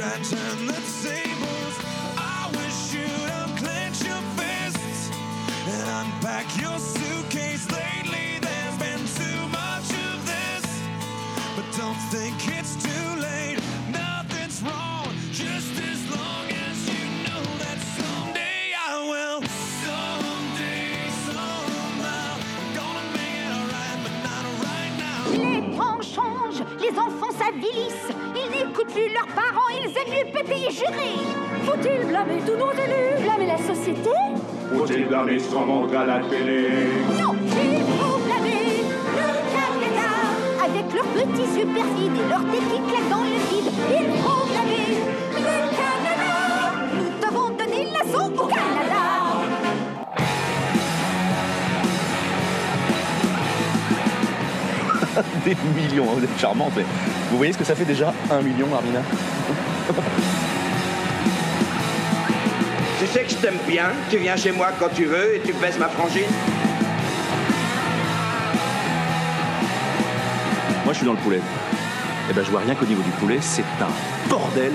try to turn the tables. I wish you'd unclench your fists and unpack your suitcase. Lately there's been too much of this, but don't think it's too late. Nothing's wrong, just as long as you know that someday I will. Someday, somehow, I'm gonna make it alright, but not right now. Les temps changent, les enfants s'avilissent, ils n'écoutent plus leurs parents, ils aiment mieux péter et jurer. Faut-il blâmer tous nos élus, blâmer la société? Faut-il blâmer son monde à la télé? Non, il faut blâmer le Canada. Avec leurs petits yeux perfides et leurs têtes qui claquent dans le vide, il faut blâmer le Canada. Nous devons donner l'assaut au Canada. Des millions, vous êtes charmante, mais vous voyez ce que ça fait déjà 1 million, Armina? Tu sais que je t'aime bien, tu viens chez moi quand tu veux et tu baisses ma frangine. Moi je suis dans le poulet. Eh ben je vois rien qu'au niveau du poulet, c'est un bordel.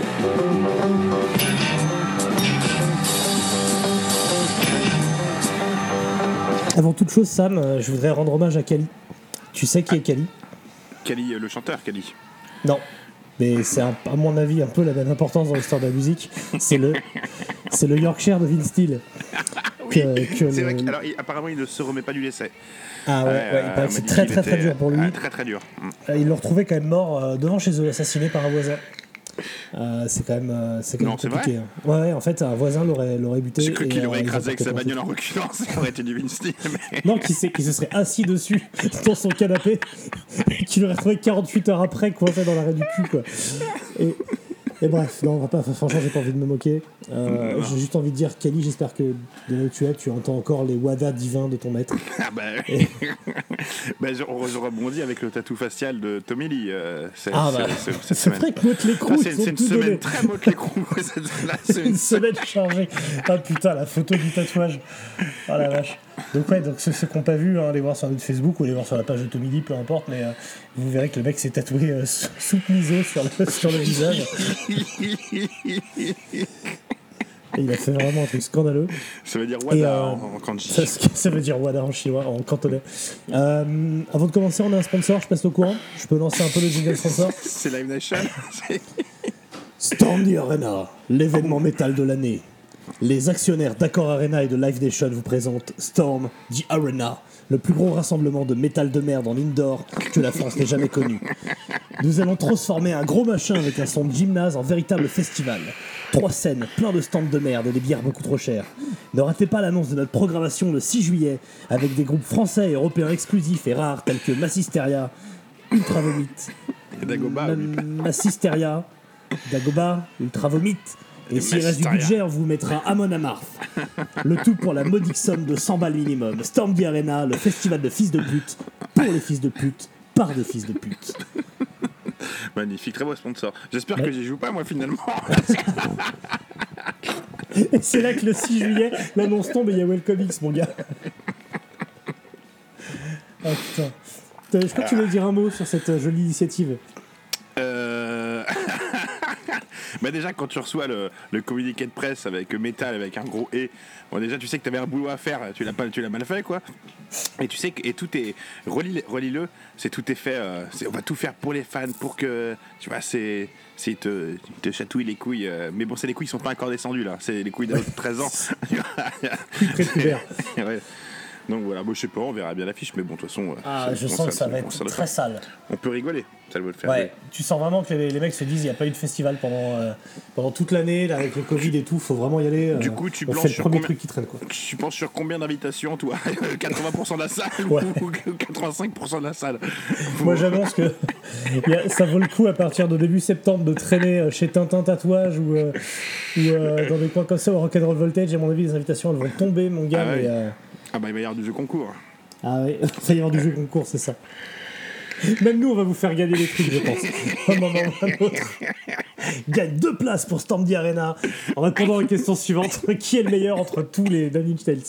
Avant toute chose, Sam, je voudrais rendre hommage à Kali. Tu sais qui est Kali? Kali, le chanteur, Kali. Non, mais c'est à mon avis un peu la même importance dans l'histoire de la musique. C'est le Yorkshire de Vince Steele. Oui, c'est vrai qu'apparemment il ne se remet pas du décès. Ah ouais, il paraît que c'est très dur pour lui. Très dur. Ils l'ont retrouvé quand même mort devant chez eux, assassiné par un voisin. C'est quand même compliqué. Ouais, en fait, un voisin l'aurait buté. J'ai cru qu'il aurait écrasé avec sa bagnole en reculant, ça aurait été du Vince Steele. Mais... Non, qu'il se serait assis dessus dans son canapé et qu'il l'aurait retrouvé 48 heures après, coincé dans l'arrêt du cul, quoi. Et bref, non, on va pas, franchement, j'ai pas envie de me moquer. J'ai juste envie de dire, Kali, j'espère que de là où tu entends encore les wadas divins de ton maître. Ah bah, on rebondit avec le tatou facial de Tommy Lee. C'est vrai que Motley Crue, c'est une semaine très Motley Crue. C'est une semaine chargée. Ah putain, la photo du tatouage. Oh la vache. Donc ouais, donc ceux qui n'ont pas vu, allez voir sur notre Facebook ou allez voir sur la page de Tommy Lee, peu importe, mais vous verrez que le mec s'est tatoué sous miso sur le visage. Et il a fait vraiment un truc scandaleux. Ça veut dire Wada en kanji. Ça veut dire Wada en chinois, en cantonais. Avant de commencer, on a un sponsor, je passe au courant. Je peux lancer un peu le jingle sponsor. C'est Live Nation. Storm the Arena, l'événement métal de l'année. Les actionnaires d'Accor Arena et de Live Nation vous présentent Storm the Arena, le plus gros rassemblement de métal de merde en indoor que la France n'ait jamais connu. Nous allons transformer un gros machin avec un son de gymnase en véritable festival. 3 scènes, plein de stands de merde et des bières beaucoup trop chères. Ne ratez pas l'annonce de notre programmation le 6 juillet avec des groupes français et européens exclusifs et rares tels que Massisteria, Ultra Vomit, Massisteria, Dagoba, Ultra Vomit. Et s'il reste du budget, on vous mettra Amon Amarth. Le tout pour la modique somme de 100 balles minimum. Storm the Arena, le festival de fils de pute, pour les fils de pute, par des fils de pute. Magnifique, très beau sponsor. J'espère que j'y joue pas, moi, finalement. Et c'est là que le 6 juillet, l'annonce tombe et il y a Welcome X, mon gars. Oh putain. Je crois que tu voulais dire un mot sur cette jolie initiative. Bah déjà quand tu reçois le communiqué de presse avec métal avec un gros E, bon déjà tu sais que t'avais un boulot à faire, tu l'as mal fait quoi. Et tu sais que tout est relis-le, tout est fait, on va tout faire pour les fans pour que tu vois ils te chatouillent les couilles, mais bon c'est les couilles qui sont pas encore descendues là, c'est les couilles de 13 ans. Ouais. Donc voilà, bon, je sais pas, on verra bien l'affiche, mais bon, de toute façon. Je sens que ça va être très sale. On peut rigoler, ça va le faire. Ouais, tu sens vraiment que les mecs se disent il n'y a pas eu de festival pendant toute l'année, là, avec le Covid et tout, faut vraiment y aller. Du coup, tu planches sur le premier truc qui traîne, quoi. Tu penses sur combien d'invitations, toi? 80% de la salle ou 85% de la salle? Moi, j'annonce que ça vaut le coup à partir de début septembre de traîner chez Tintin Tatouage ou dans des coins comme ça au Rock'n'Roll Voltage. À mon avis, les invitations elles vont tomber, mon gars. Ah, mais, ah bah il va y avoir du jeu concours. Ah oui, il va y avoir du jeu concours, c'est ça. Même nous, on va vous faire gagner des trucs, je pense. Un moment ou un autre. Gagne 2 places pour Storm the Arena en répondant à la question suivante. Qui est le meilleur entre tous les Nine Inch Nails?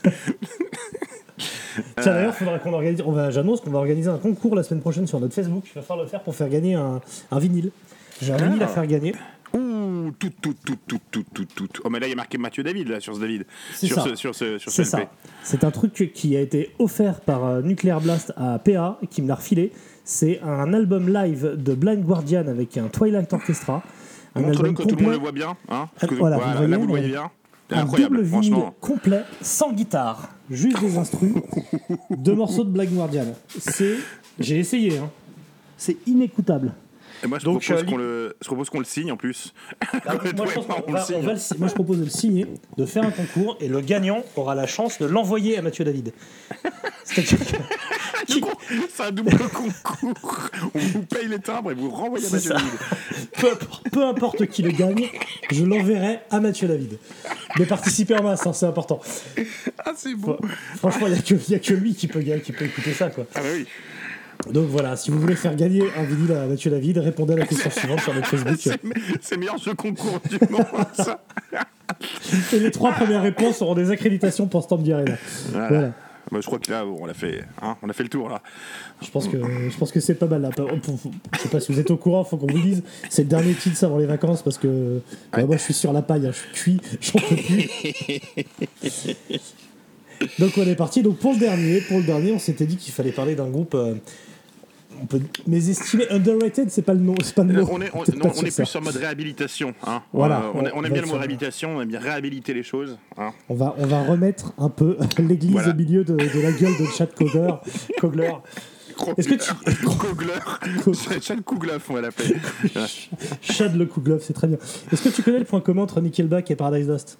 Tiens, d'ailleurs, faudra qu'on organise. J'annonce qu'on va organiser un concours la semaine prochaine sur notre Facebook. Il va falloir le faire pour faire gagner un vinyle. J'ai un vinyle à faire gagner. tout. Oh, mais là, il y a marqué Mathieu David, là, sur ce David. C'est Sur ça. ce C'est LP. ça. C'est un truc qui a été offert par Nuclear Blast à PA, qui me l'a refilé. C'est un album live de Blind Guardian avec un Twilight Orchestra. Un Montre-le album que tout le complet, monde le voit bien. Hein, parce que, Voilà, voilà, vous là, voyez, vous le voyez mais- bien. C'est un incroyable, double vinyle franchement. complet, sans guitare, juste des instrus, 2 morceaux de Blind Guardian. J'ai essayé, hein. C'est inécoutable. Et moi, je Donc, propose qu'on le signe en plus. Moi, je pense qu'on moi, je propose de le signer, de faire un concours, et le gagnant aura la chance de l'envoyer à Mathieu David. C'est-à-dire que- C'est un double concours. On vous paye les timbres et vous renvoyez à C'est Mathieu ça. David. peu importe qui le gagne, je l'enverrai à Mathieu David. Mais participez en masse, hein, c'est important. Ah, c'est beau. Franchement, il n'y a que lui qui peut écouter ça, quoi. Ah, bah oui. Donc voilà, si vous voulez faire gagner un vinyle à Mathieu David, répondez à la question suivante sur notre Facebook. C'est le meilleur jeu concours du monde, ça. Et les 3 premières réponses auront des accréditations pour Stamp Arena. Voilà. Bah, je crois que là, on a fait le tour, là. Je pense que c'est pas mal là. Je sais pas si vous êtes au courant, faut qu'on vous le dise. C'est le dernier titre avant les vacances parce que moi je suis sur la paille, hein, je suis cuit, j'en peux plus. Donc on est parti. Donc pour le dernier, on s'était dit qu'il fallait parler d'un groupe. On peut mésestimer. Underrated, c'est pas le nom. C'est pas le mot. On est plus en mode réhabilitation. Hein. Voilà, on on aime va bien le mot être- réhabilitation, on aime bien réhabiliter les choses. Hein. On va remettre un peu l'église Voilà. au milieu de la gueule de Chad Kogler. Est-ce que tu... Kogler. Chad Kogler, on va l'appeler. Chad le Kogler, c'est très bien. Est-ce que tu connais le point commun entre Nickelback et Paradise Lost?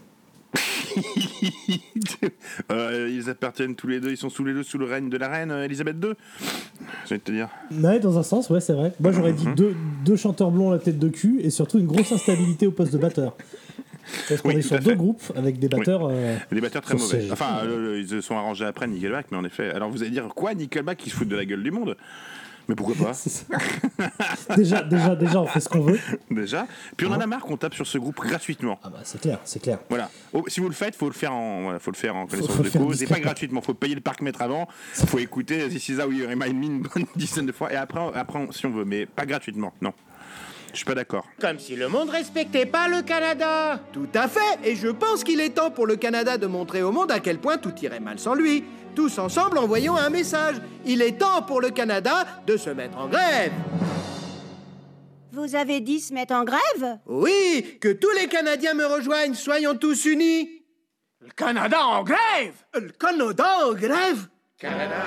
Ils appartiennent tous les deux, ils sont tous les deux sous le règne de la reine Elisabeth II. Je vais te dire. Ouais, dans un sens, ouais, c'est vrai. Moi, j'aurais dit deux chanteurs blonds à la tête de cul et surtout une grosse instabilité au poste de batteur. Parce qu'on Oui, est tout sur à 2 fait. groupes avec des batteurs. Des batteurs très sur mauvais. ces- Enfin, ils se sont arrangés après Nickelback, mais en effet. Alors vous allez dire quoi, Nickelback, ils se foutent de la gueule du monde? Mais pourquoi pas? C'est ça. déjà, on fait ce qu'on veut. Déjà. Puis on en a marre qu'on tape sur ce groupe gratuitement. Ah bah, c'est clair, c'est clair. Voilà. Oh, si vous le faites, faut le faire en connaissance faut de le faire cause. Et pas discrètement. gratuitement. Faut payer le parc-mètre avant. Faut écouter This Is How You Remind Me une bonne dizaine de fois. Et après, si on veut. Mais pas gratuitement. Non. Je suis pas d'accord. Comme si le monde respectait pas le Canada. Tout à fait, et je pense qu'il est temps pour le Canada de montrer au monde à quel point tout irait mal sans lui. Tous ensemble envoyons un message. Il est temps pour le Canada de se mettre en grève. Vous avez dit se mettre en grève? Oui, que tous les Canadiens me rejoignent, soyons tous unis. Le Canada en grève. Le Canada en grève. Canada,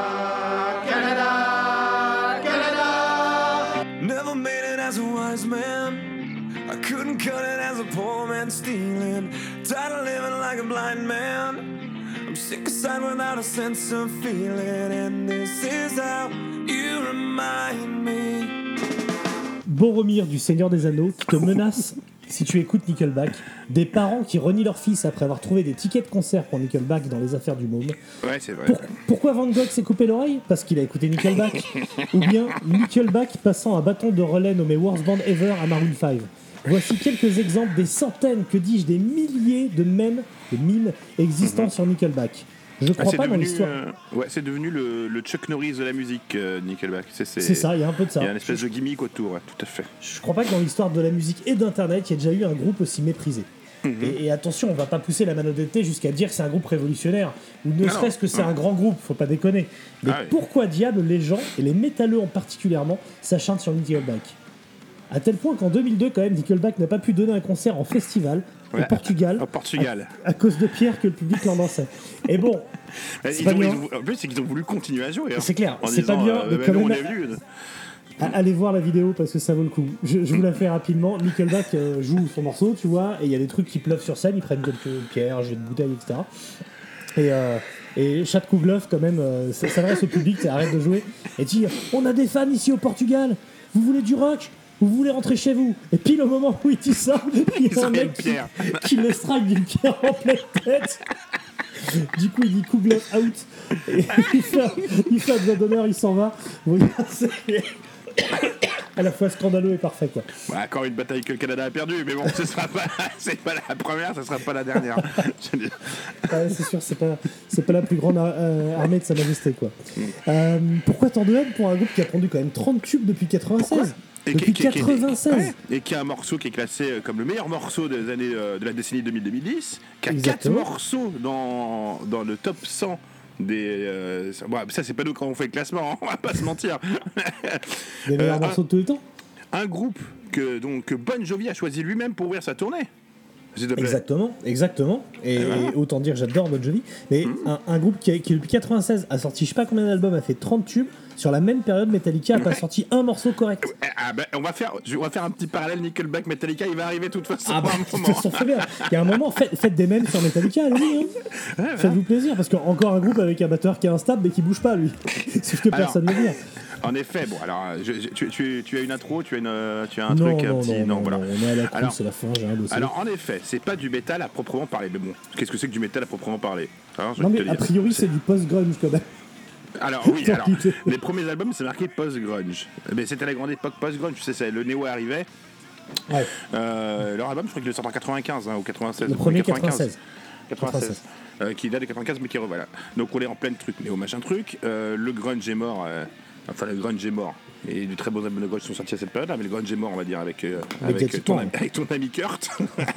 Canada, Canada. Never made it as a wise man. I couldn't cut it as a poor man stealing. Tired of living like a blind man. I'm sick aside without a sense of feeling. And this is how you remind me. Boromir du Seigneur des Anneaux qui te menace si tu écoutes Nickelback. Des parents qui renient leur fils après avoir trouvé des tickets de concert pour Nickelback dans les affaires du môme. Ouais, c'est vrai. Pourquoi Van Gogh s'est coupé l'oreille? Parce qu'il a écouté Nickelback. Ou bien Nickelback passant un bâton de relais nommé Worst Band Ever à Maroon 5. Voici quelques exemples des centaines, que dis-je, des milliers de mèmes existants sur Nickelback. Je crois c'est pas dans devenu, l'histoire. c'est devenu le Chuck Norris de la musique, Nickelback. C'est ça, il y a un peu de ça. Il y a une espèce de gimmick autour, ouais, tout à fait. Je crois pas que dans l'histoire de la musique et d'Internet, il y ait déjà eu un groupe aussi méprisé. Et attention, on va pas pousser la malhonnêteté jusqu'à dire que c'est un groupe révolutionnaire, ou ne serait-ce que c'est un grand groupe, faut pas déconner. Mais Ah oui. pourquoi diable les gens, et les métalleux en particulièrement, s'acharnent sur Nickelback? À tel point qu'en 2002, quand même, Nickelback n'a pas pu donner un concert en festival au Portugal. Au Portugal. À cause de Pierre que le public l'enlançait. Et bon, c'est pas bien. En plus, c'est qu'ils ont voulu continuer à jouer. Hein, C'est clair, en c'est pas disant, bien, mais quand nous, on même- est venus. Allez voir la vidéo parce que ça vaut le coup. Je vous la fais rapidement. Nickelback joue son morceau, tu vois, et il y a des trucs qui pleuvent sur scène, ils prennent quelques pierres, jets de bouteilles, etc. Et Chad Kogler, quand même, s'adresse au public, arrête de jouer, et dit « On a des fans ici au Portugal, vous voulez du rock ? Vous voulez rentrer chez vous ?» Et pile au moment où il dit ça, il y a un mec qui le strike d'une pierre en pleine tête. Du coup, il dit Kogler out. Et il fait un doigt d'honneur, il s'en va. Vous voyez, c'est à la fois scandaleux et parfait, quoi. Bah, encore une bataille que le Canada a perdue, mais bon, c'est pas la première, ce sera pas la dernière. Je veux dire. Ouais, c'est sûr, c'est pas la plus grande armée de Sa Majesté, quoi. Pourquoi tant de haine pour un groupe qui a pondu quand même 30 tubes depuis 96? Depuis 96. Et qui a un morceau qui est classé comme le meilleur morceau des années de la décennie 2000-2010, qui a 4 Exactement. morceaux dans le top 100 des... ça c'est pas nous quand on fait le classement, hein, on va pas se mentir. Les meilleurs morceaux de tous les temps. Un groupe que Bon Jovi a choisi lui-même pour ouvrir sa tournée. S'il te plaît. Exactement. Et autant dire, j'adore Bon Jovi. Mais un groupe qui depuis 96 a sorti je sais pas combien d'albums, a fait 30 tubes. Sur la même période, Metallica a pas sorti un morceau correct. On va faire un petit parallèle Nickelback Metallica, il va arriver de toute façon. De toute façon, très bien. Il y a un moment, faites des mèmes sur Metallica, allez-y. Faites-vous plaisir, parce qu'encore un groupe avec un batteur qui est instable mais qui bouge pas, lui. C'est ce que personne ne veut dire. En effet, bon, alors, tu as une intro, tu as un truc, un petit... Non, voilà. On est à la course, c'est la fin, j'ai rien bossé. Alors, en effet, c'est pas du métal à proprement parler. Mais bon, qu'est-ce que c'est que du métal à proprement parler, hein, non, mais a priori, c'est du post-grunge, quand même. Alors oui, les premiers albums c'est marqué post-grunge. Mais c'était la grande époque post-grunge, tu sais, le néo arrivait. Ouais. Leur album, je crois qu'il est sorti en 95 ou 96. Le premier 96. Qui date de 95, mais qui voilà. Donc on est en plein truc néo machin truc. Le grunge est mort. Enfin, le grunge est mort. Et de très bons albums de grunge sont sortis à cette période-là, mais le grunge est mort, on va dire, avec ton ami Kurt.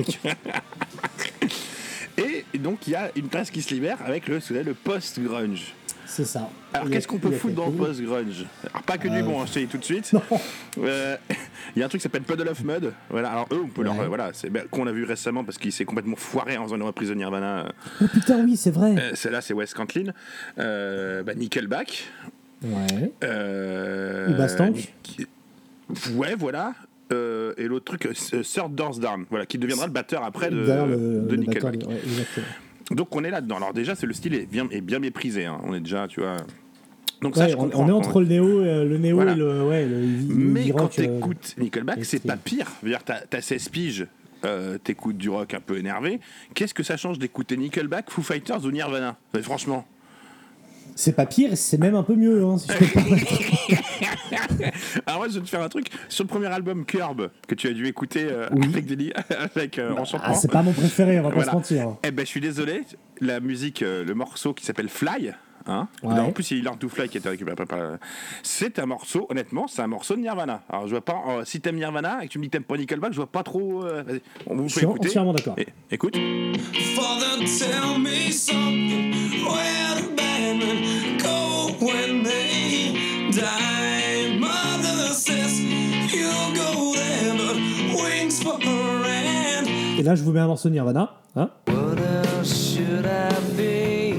Et donc il y a une place qui se libère avec le post-grunge. C'est ça. Alors qu'est-ce qu'on peut foutre dans le post-grunge? Alors pas que du bon, je te dis tout de suite. Il y a un truc qui s'appelle Puddle of Mud. Voilà, alors eux on peut leur c'est qu'on a vu récemment parce qu'il s'est complètement foiré en faisant une reprise de Nirvana. Oh putain oui, c'est vrai. Celle-là c'est Wes Cantlin. Nickelback. Ouais. Bastank. Ouais, voilà. Et l'autre truc, Third Doors Down, voilà, qui deviendra le batteur après de Nickelback. Exactement. Donc on est là-dedans. Alors déjà, le style est bien méprisé. Hein. On est déjà, tu vois. Donc ça, je comprends. On est entre le néo voilà. Et le mais quand rock, t'écoutes Nickelback, c'est pas pire. C'est-à-dire, t'as 16 piges, t'écoutes du rock un peu énervé. Qu'est-ce que ça change d'écouter Nickelback, Foo Fighters ou Nirvana? Mais franchement. C'est pas pire, c'est même un peu mieux, hein, si je peux te permettre. Alors moi, je vais te faire un truc. Sur le premier album Curb, que tu as dû écouter avec Enchantement. C'est pas mon préféré, on va pas se mentir. Eh ben, je suis désolé. La musique, le morceau qui s'appelle Fly, hein, en plus il y a Learn to Fly qui a été récupéré. C'est un morceau, honnêtement, c'est un morceau de Nirvana. Alors je vois pas, si t'aimes Nirvana et que tu me dis que t'aimes pas Nickelback, je vois pas trop. On vous peut écouter. Entièrement d'accord. Écoute. Father, tell me something. Where the bad men go when they die? Mother says you'll go there, but wings for her hand. Et là, je vous mets un morceau de Nirvana. Hein? What else should I be?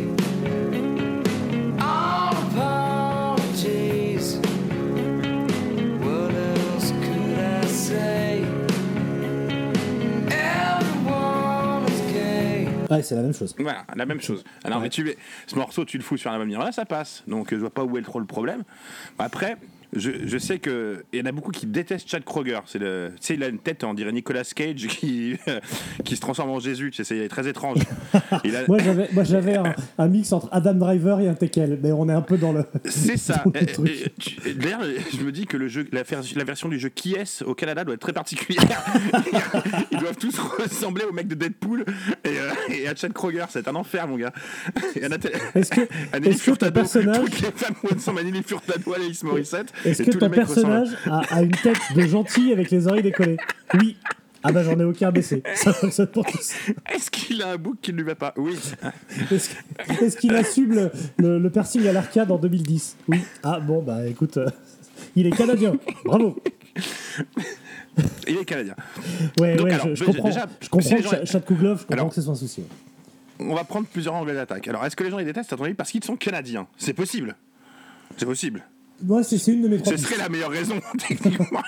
All apologies. What else could I say? Everyone is gay. Ouais, c'est la même chose. Voilà, la même chose. Alors, mais ce morceau, tu le fous sur l'album Nirvana, ça passe. Donc, je vois pas où est trop le problème. Après, je sais qu'il y en a beaucoup qui détestent Chad Kroeger. Tu sais, il a une tête, on dirait Nicolas Cage, qui se transforme en Jésus. Tu sais, il est très étrange. Moi, j'avais un mix entre Adam Driver et un Tekel, mais on est un peu dans le. C'est ça. D'ailleurs, je me dis que la version du jeu Qui est au Canada doit être très particulière. Ils doivent tous ressembler au mec de Deadpool et à Chad Kroeger. C'est un enfer, mon gars. Est-ce que ton personnage. Toutes les femmes ressemblent à Nelly Furtado, Alice Morissette. Est-ce que ton personnage a une tête de gentil avec les oreilles décollées? Oui. Ah bah j'en ai aucun baissé. Ça fonctionne pour tous. Est-ce qu'il a un bouc qui ne lui va pas? Oui. Est-ce qu'il assume le piercing à l'arcade en 2010? Oui. Ah bon bah écoute, il est canadien. Bravo. Il est canadien. Ouais, donc, ouais, alors, je comprends. Je comprends que Chad Kroeger, je comprends que c'est son souci. On va prendre plusieurs angles d'attaque. Alors est-ce que les gens les détestent à ton avis parce qu'ils sont canadiens? C'est possible. C'est possible. Moi, c'est une de mes trois. Ce serait la meilleure raison, techniquement.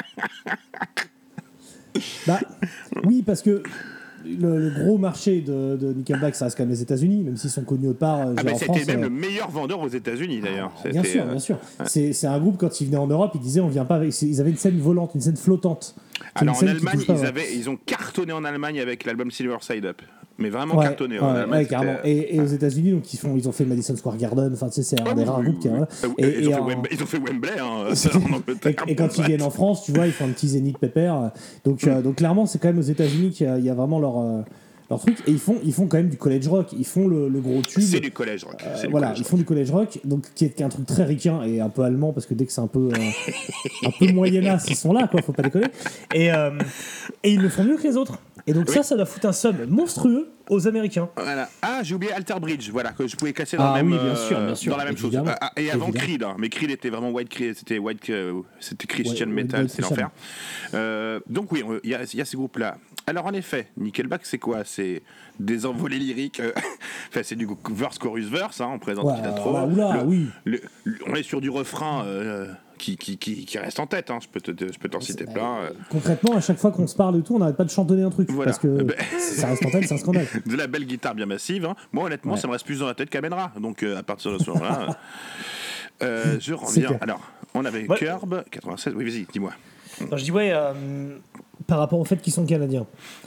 Bah, oui, parce que le gros marché de Nickelback, ça reste quand même les États-Unis, même s'ils sont connus autre part. Ah, mais en c'était France, même le meilleur vendeur aux États-Unis d'ailleurs. Bien sûr, bien sûr. Ouais. C'est un groupe, quand ils venaient en Europe, ils disaient on vient pas avec. Ils avaient une scène volante, une scène flottante. Alors en Allemagne, ils ont cartonné en Allemagne avec l'album Silver Side Up. Mais vraiment cartonné. Ouais, carrément. Et aux États-Unis, donc ils ont fait Madison Square Garden. Enfin, tu sais, c'est un des rares groupes qui. Ils ont fait Wembley en Angleterre. Et quand ils viennent en France, tu vois, ils font un petit Zénith Pépère. Donc clairement, c'est quand même aux États-Unis qu'il y a vraiment leur truc, et ils font quand même du college rock, ils font le gros tube. C'est du college rock. Voilà, ils font du college rock, donc qui est un truc très ricain et un peu allemand, parce que dès que c'est un peu moyennas, ils sont là, quoi, faut pas déconner. Et ils le font mieux que les autres. Et donc ça doit foutre un sub monstrueux aux Américains. Voilà. Ah, j'ai oublié Alter Bridge, voilà, que je pouvais casser dans, le même, bien sûr, dans la même chose. Et avant Creed, hein, mais Creed était vraiment c'était Christian Metal, c'est l'enfer. Donc oui, il y a ces groupes-là. Alors en effet, Nickelback, c'est quoi? C'est des envolées lyriques. Enfin, c'est du verse-chorus-verse, hein, on présente petit intro. On est sur du refrain qui reste en tête, hein. Je peux t'en citer plein. Concrètement, à chaque fois qu'on se parle et tout, on n'arrête pas de chantonner un truc, parce que ça reste en tête, c'est un scandale. De la belle guitare bien massive, hein. Moi honnêtement ça me reste plus dans la tête qu'Amenra, donc à partir de ce moment-là je reviens. Alors on avait Curb 96, oui vas-y dis-moi. Non, je dis par rapport au fait qu'ils sont canadiens.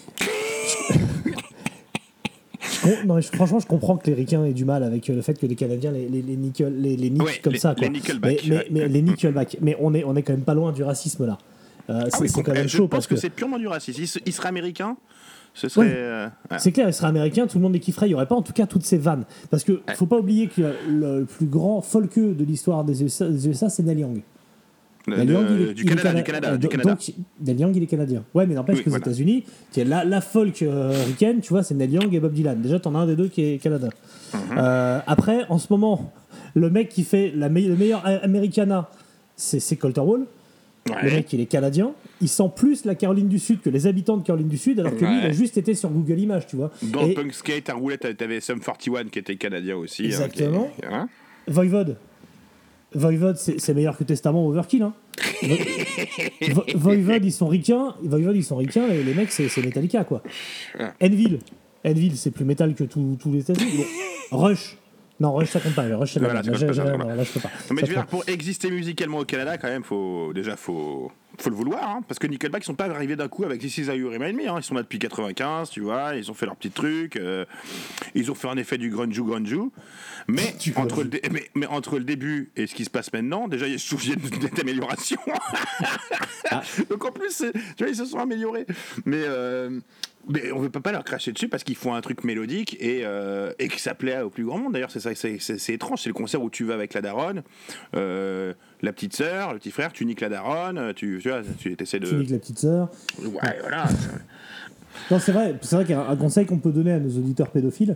Franchement, je comprends que les Ricains aient du mal avec le fait que les Canadiens les niquent comme ça, quoi. Les Nickelback. Mais les Nickelback. Mais on est quand même pas loin du racisme là. C'est quand même chaud. Je pense que c'est purement du racisme. Il serait américain, ce serait. C'est clair, il serait américain, tout le monde les kifferait. Il n'y aurait pas en tout cas toutes ces vannes. Parce que faut pas oublier que le plus grand folkeux de l'histoire des USA, c'est Neil Young. Du Canada. Donc, Neil Young, il est canadien. Ouais, mais n'empêche qu'aux États-Unis, la folk ricaine, tu vois, c'est Neil Young et Bob Dylan. Déjà, t'en as un des deux qui est canadien. Après, en ce moment, le mec qui fait le meilleur Americana, c'est Colter Wall. Ouais. Le mec, il est canadien. Il sent plus la Caroline du Sud que les habitants de Caroline du Sud, alors que lui, il a juste été sur Google Images, tu vois. Dans le punk skate à roulette, t'avais Sum 41 qui était canadien aussi. Exactement. Voivod, c'est meilleur que Testament Overkill. Hein. Voivod, ils sont ricains. Et les mecs, c'est Metallica, quoi. Envil, c'est plus métal que tous les États-Unis. Rush. Non, Rush, ça compte pas. Rush, c'est là, je peux pas. Mais je veux dire, pour exister musicalement au Canada, quand même, faut le vouloir, hein, parce que Nickelback, ils sont pas arrivés d'un coup avec This Is How You Remind Me, hein, ils sont là depuis 95, tu vois, ils ont fait leur petit truc, ils ont fait un effet du grunge, mais entre le début et ce qui se passe maintenant, déjà il y a des améliorations. Donc en plus, tu vois, ils se sont améliorés, mais on ne peut pas leur cracher dessus parce qu'ils font un truc mélodique et que ça plaît au plus grand monde. D'ailleurs, c'est ça, c'est étrange. C'est le concert où tu vas avec la daronne, la petite sœur, le petit frère, tu niques la daronne, tu essaies de. Tu niques la petite sœur. Ouais, voilà. Non, c'est vrai qu'un conseil qu'on peut donner à nos auditeurs pédophiles,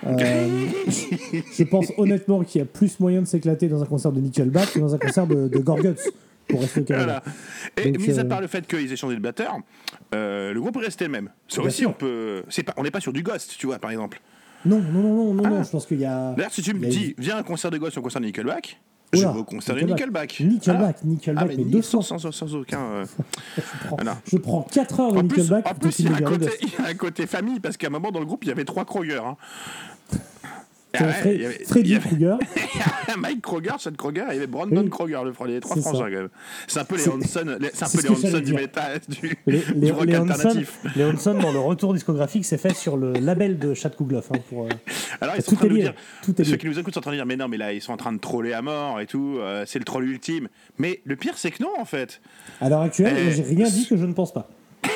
je pense honnêtement qu'il y a plus moyen de s'éclater dans un concert de Nickelback que dans un concert de Gorguts. Pour rester au Canada. Voilà. Et mis à part le fait qu'ils aient changé de batteur, le groupe est resté le même. Ça aussi, on n'est pas sur du Ghost, tu vois, par exemple. Non, je pense qu'il y a. D'ailleurs, si tu me dis, viens à un concert de Ghost ou un concert de Nickelback, je vais au concert de Nickelback. Nickelback, mais 200. Sans aucun. Je prends 4 heures de Nickelback. En plus, il y a un côté famille, parce qu'à un moment dans le groupe, il y avait 3 Kroger. Hein. Freddy Krueger, Mike Kroger, Chad Kroger, il y avait Brandon Kroger, il y avait 3 frangins quand même. C'est un peu les Hanson du métal, du rock alternatif. Les Hanson, dans le retour discographique, c'est fait sur le label de Chad Kugloff. Hein, alors ils sont en train de nous dire, ceux qui nous écoutent sont en train de dire, mais non, mais là ils sont en train de troller à mort et tout, c'est le troll ultime. Mais le pire, c'est que non, en fait. À l'heure actuelle, j'ai rien dit que je ne pense pas.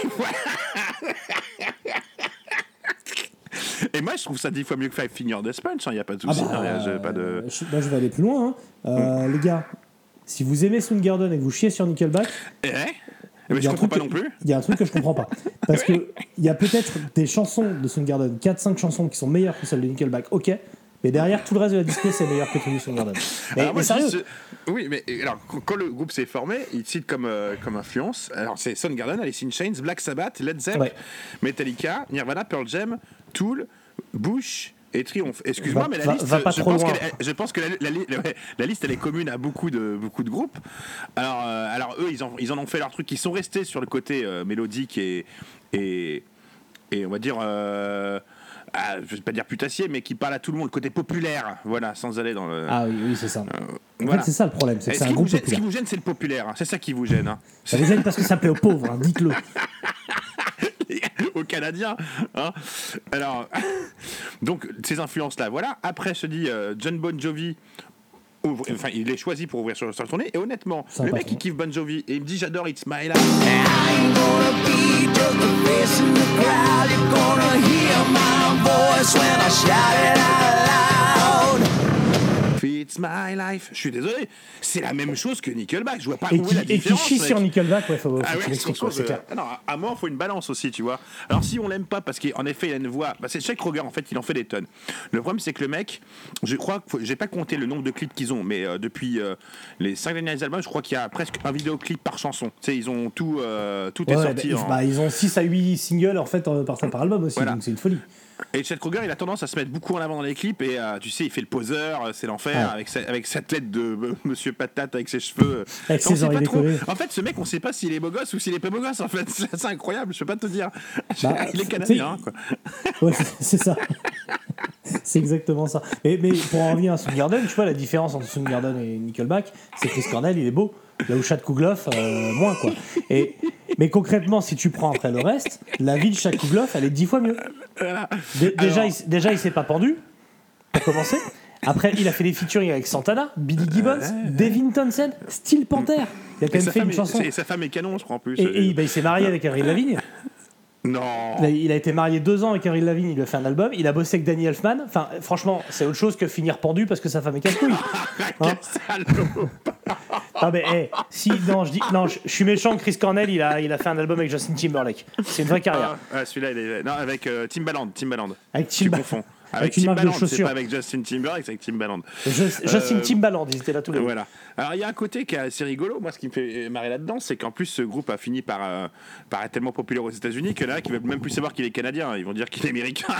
Et moi, je trouve ça 10 fois mieux que Five Finger Death Punch, il n'y a pas de souci. Je vais aller plus loin. Hein. Les gars, si vous aimez Soundgarden et que vous chiez sur Nickelback, mais je comprends pas non plus. Il y a un truc que je comprends pas. Parce qu'il y a peut-être des chansons de Soundgarden, 4-5 chansons qui sont meilleures que celles de Nickelback, ok. Mais derrière, tout le reste de la disco, c'est meilleur que tout de Soundgarden. Mais sérieux. Oui, mais alors, quand le groupe s'est formé, il cite comme influence. Alors, c'est Soundgarden, Alice in Chains, Black Sabbath, Led Zeppelin, Metallica, Nirvana, Pearl Jam, Tool, Bush et Triumph. Excuse-moi, mais la liste, je pense que la liste, elle est commune à beaucoup de groupes. Alors eux, ils en ont fait leur truc. Ils sont restés sur le côté mélodique et on va dire. Je vais pas dire putassier, mais qui parle à tout le monde, le côté populaire, voilà, sans aller dans le. Ah oui, c'est ça. En fait, c'est ça le problème, c'est que c'est un groupe populaire. Ce qui vous gêne, c'est le populaire, hein. C'est ça qui vous gêne. Hein. Ça vous gêne parce que ça plaît aux pauvres, hein, dites-le. Aux Canadiens. Hein. Alors, donc, ces influences-là, voilà. Après, se dit John Bon Jovi. Enfin, il est choisi pour ouvrir sur la tournée. Et honnêtement, le mec, il kiffe Bon Jovi. Et il me dit, j'adore It's My Life. voice when I shout it out loud. It's my life. Je suis désolé, c'est la même chose que Nickelback. Je vois pas Et où est la qui différence. chie mec. sur Nickelback, ouais, faut Ah que ouais, tu l'expliques, quoi, c'est clair. non, à moi, il faut une balance aussi, tu vois. Alors, si on l'aime pas, parce qu'en effet, il a une voix. Bah, c'est Chuck Kroger, en fait, il en fait des tonnes. Le problème, c'est que le mec, je crois que j'ai pas compté le nombre de clips qu'ils ont, mais depuis les 5 derniers albums, je crois qu'il y a presque un vidéoclip par chanson. Tu sais, ils ont tout est sorti. Ils ont 6 à 8 singles en fait par album aussi, Voilà. donc c'est une folie. Et Chet Kroger, il a tendance à se mettre beaucoup en avant dans les clips et tu sais, il fait le poseur, c'est l'enfer, avec sa tête de Monsieur Patate avec ses cheveux. Avec On ses sait oreilles pas trop. décollées. En fait, ce mec, on sait pas s'il est beau gosse ou s'il est pas beau gosse. En fait, c'est incroyable. Je peux pas te dire. Il est canadien, quoi. Ouais, c'est ça. C'est exactement ça. Mais pour en revenir à Soundgarden, tu vois, la différence entre Soundgarden et Nickelback, c'est que Chris Cornell, il est beau. Là où Chad Kugloff, moins, quoi. Mais concrètement, si tu prends après le reste, la vie de Chad Kugloff, elle est 10 fois mieux. Voilà. Déjà, il s'est pas pendu, pour commencer. Après, il a fait des featuring avec Santana, Billy Gibbons, Devin Townsend, Steel Panther. Il a quand même fait une chanson. Et sa femme est canon, je crois, en plus. Et il s'est marié avec Avril Lavigne. Non. Il a été marié 2 ans avec Avril Lavigne, il lui a fait un album, il a bossé avec Danny Elfman. Enfin, franchement, c'est autre chose que finir pendu parce que sa femme est casse-couille. Quel salaud. Ah mais je suis méchant. Chris Cornell, il a fait un album avec Justin Timberlake. C'est une vraie carrière. Celui-là, il est. Non, avec Timbaland. Avec Tu confonds. Avec une marque de Timbaland, c'est chaussures. pas avec Justin Timberlake, c'est avec Timbaland. Justin Timbaland, ils étaient là tous les deux. Voilà. Alors il y a un côté qui est assez rigolo. Moi, ce qui me fait marrer là-dedans, c'est qu'en plus ce groupe a fini par être tellement populaire aux États-Unis qu'il y en a qui veulent même plus savoir qu'il est canadien. Ils vont dire qu'il est américain.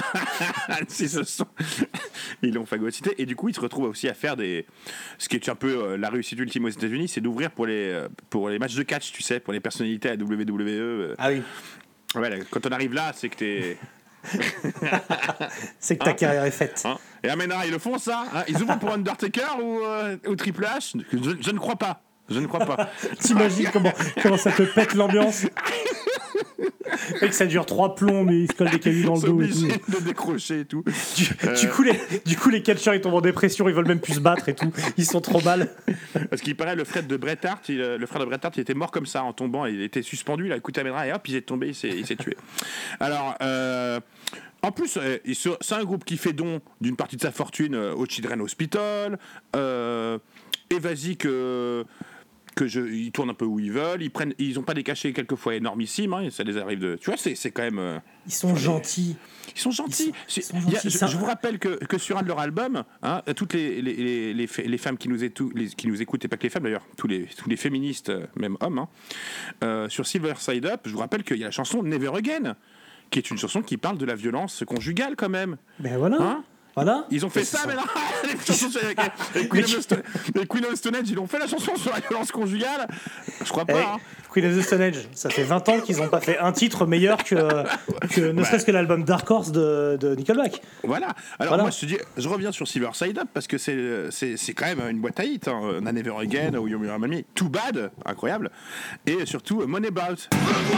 Ils l'ont phagocyté et du coup, ils se retrouvent aussi à faire ce qui est un peu la réussite ultime aux États-Unis, c'est d'ouvrir pour les matchs de catch, tu sais, pour les personnalités à la WWE. Ah oui. Voilà. Quand on arrive là, c'est que t'es c'est que ta carrière est faite. Et maintenant, ils le font ça. Ils ouvrent pour Undertaker ou Triple H. Je ne crois pas. Je ne crois pas. T'imagines comment ça te pète l'ambiance. Et que ça dure 3 plombs, mais ils se collent des cailloux dans le dos. Ils sont obligés de décrocher et tout. Du coup, les catcheurs, ils tombent en dépression, ils veulent même plus se battre et tout. Ils sont trop mal. Parce qu'il paraît, le frère de Bret Hart, il était mort comme ça en tombant. Il était suspendu, il a écouté la et hop, il est tombé, il s'est tué. Alors, en plus, c'est un groupe qui fait don d'une partie de sa fortune au Children's Hospital. Et vas-y ils tournent un peu où ils veulent, ils ont pas des cachets quelquefois énormissimes, ça les arrive de. Tu vois, c'est quand même. Ils sont gentils. Ils sont gentils. Je vous rappelle que sur un de leurs albums, toutes les femmes qui nous écoutent, et pas que les femmes d'ailleurs, tous les féministes, même hommes, sur Silver Side Up, je vous rappelle qu'il y a la chanson Never Again, qui est une chanson qui parle de la violence conjugale quand même. Ben voilà. Voilà. Ils ont fait ça, mais non. Les Queen of the Stone Age, ils ont fait la chanson sur la violence conjugale. Je crois pas. Queen of the Stone Age, ça fait 20 ans qu'ils n'ont pas fait un titre meilleur que ne serait-ce que l'album Dark Horse de Nickelback. Voilà. Alors moi, je reviens sur Silver Side Up parce que c'est quand même une boîte à hits. On a Never Again, ou You Are Mommy, Too Bad, incroyable, et surtout Moneyball.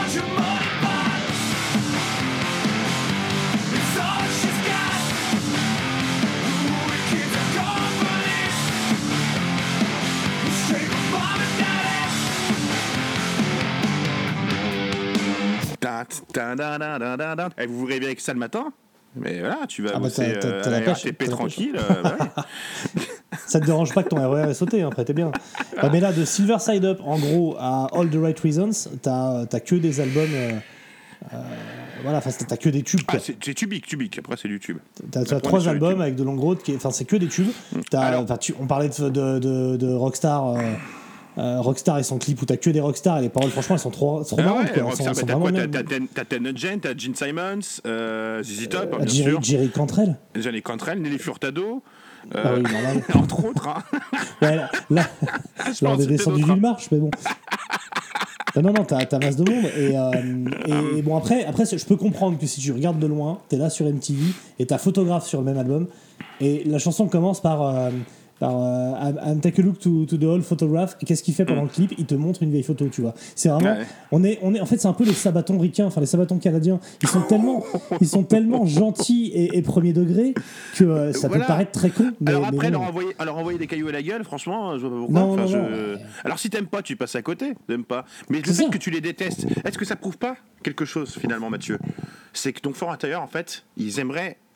Et vous vous réveillez avec ça le matin, mais voilà, tu vas bosser la RATP tranquille. Ça te dérange pas que ton RER ait sauté, après t'es bien. Mais là, de Silver Side Up, en gros, à All the Right Reasons, t'as que des albums. Voilà, enfin t'as que des tubes. C'est tubique, après c'est du tube. T'as 3 albums avec de Long Road, c'est que des tubes. On parlait de Rockstar. Rockstar et son clip où t'as que des Rockstars et les paroles franchement elles sont trop marrantes. T'as Ten Nugent, t'as Gene Simons, ZZ Top, bien sûr. Jerry Cantrell, Nelly Furtado, oui, entre autres. Là on est descendu d'une marche, mais bon. Non, t'as masse de monde et bon après je peux comprendre que si tu regardes de loin, t'es là sur MTV et t'as Photographe sur le même album et la chanson commence par I'm take a look to the old photograph. Et qu'est-ce qu'il fait pendant le clip? Il te montre une vieille photo, tu vois. C'est vraiment, on est en fait c'est un peu les sabatons ricains, enfin les sabatons canadiens. Ils sont tellement gentils et premier degré que ça peut paraître très con. Alors après leur envoyer des cailloux à la gueule, franchement, je vois pas pourquoi. Alors si t'aimes pas, tu passes à côté. T'aimes pas. Mais le fait que tu les détestes, est-ce que ça prouve pas quelque chose finalement, Mathieu? C'est que ton fort intérieur, en fait, ils aimeraient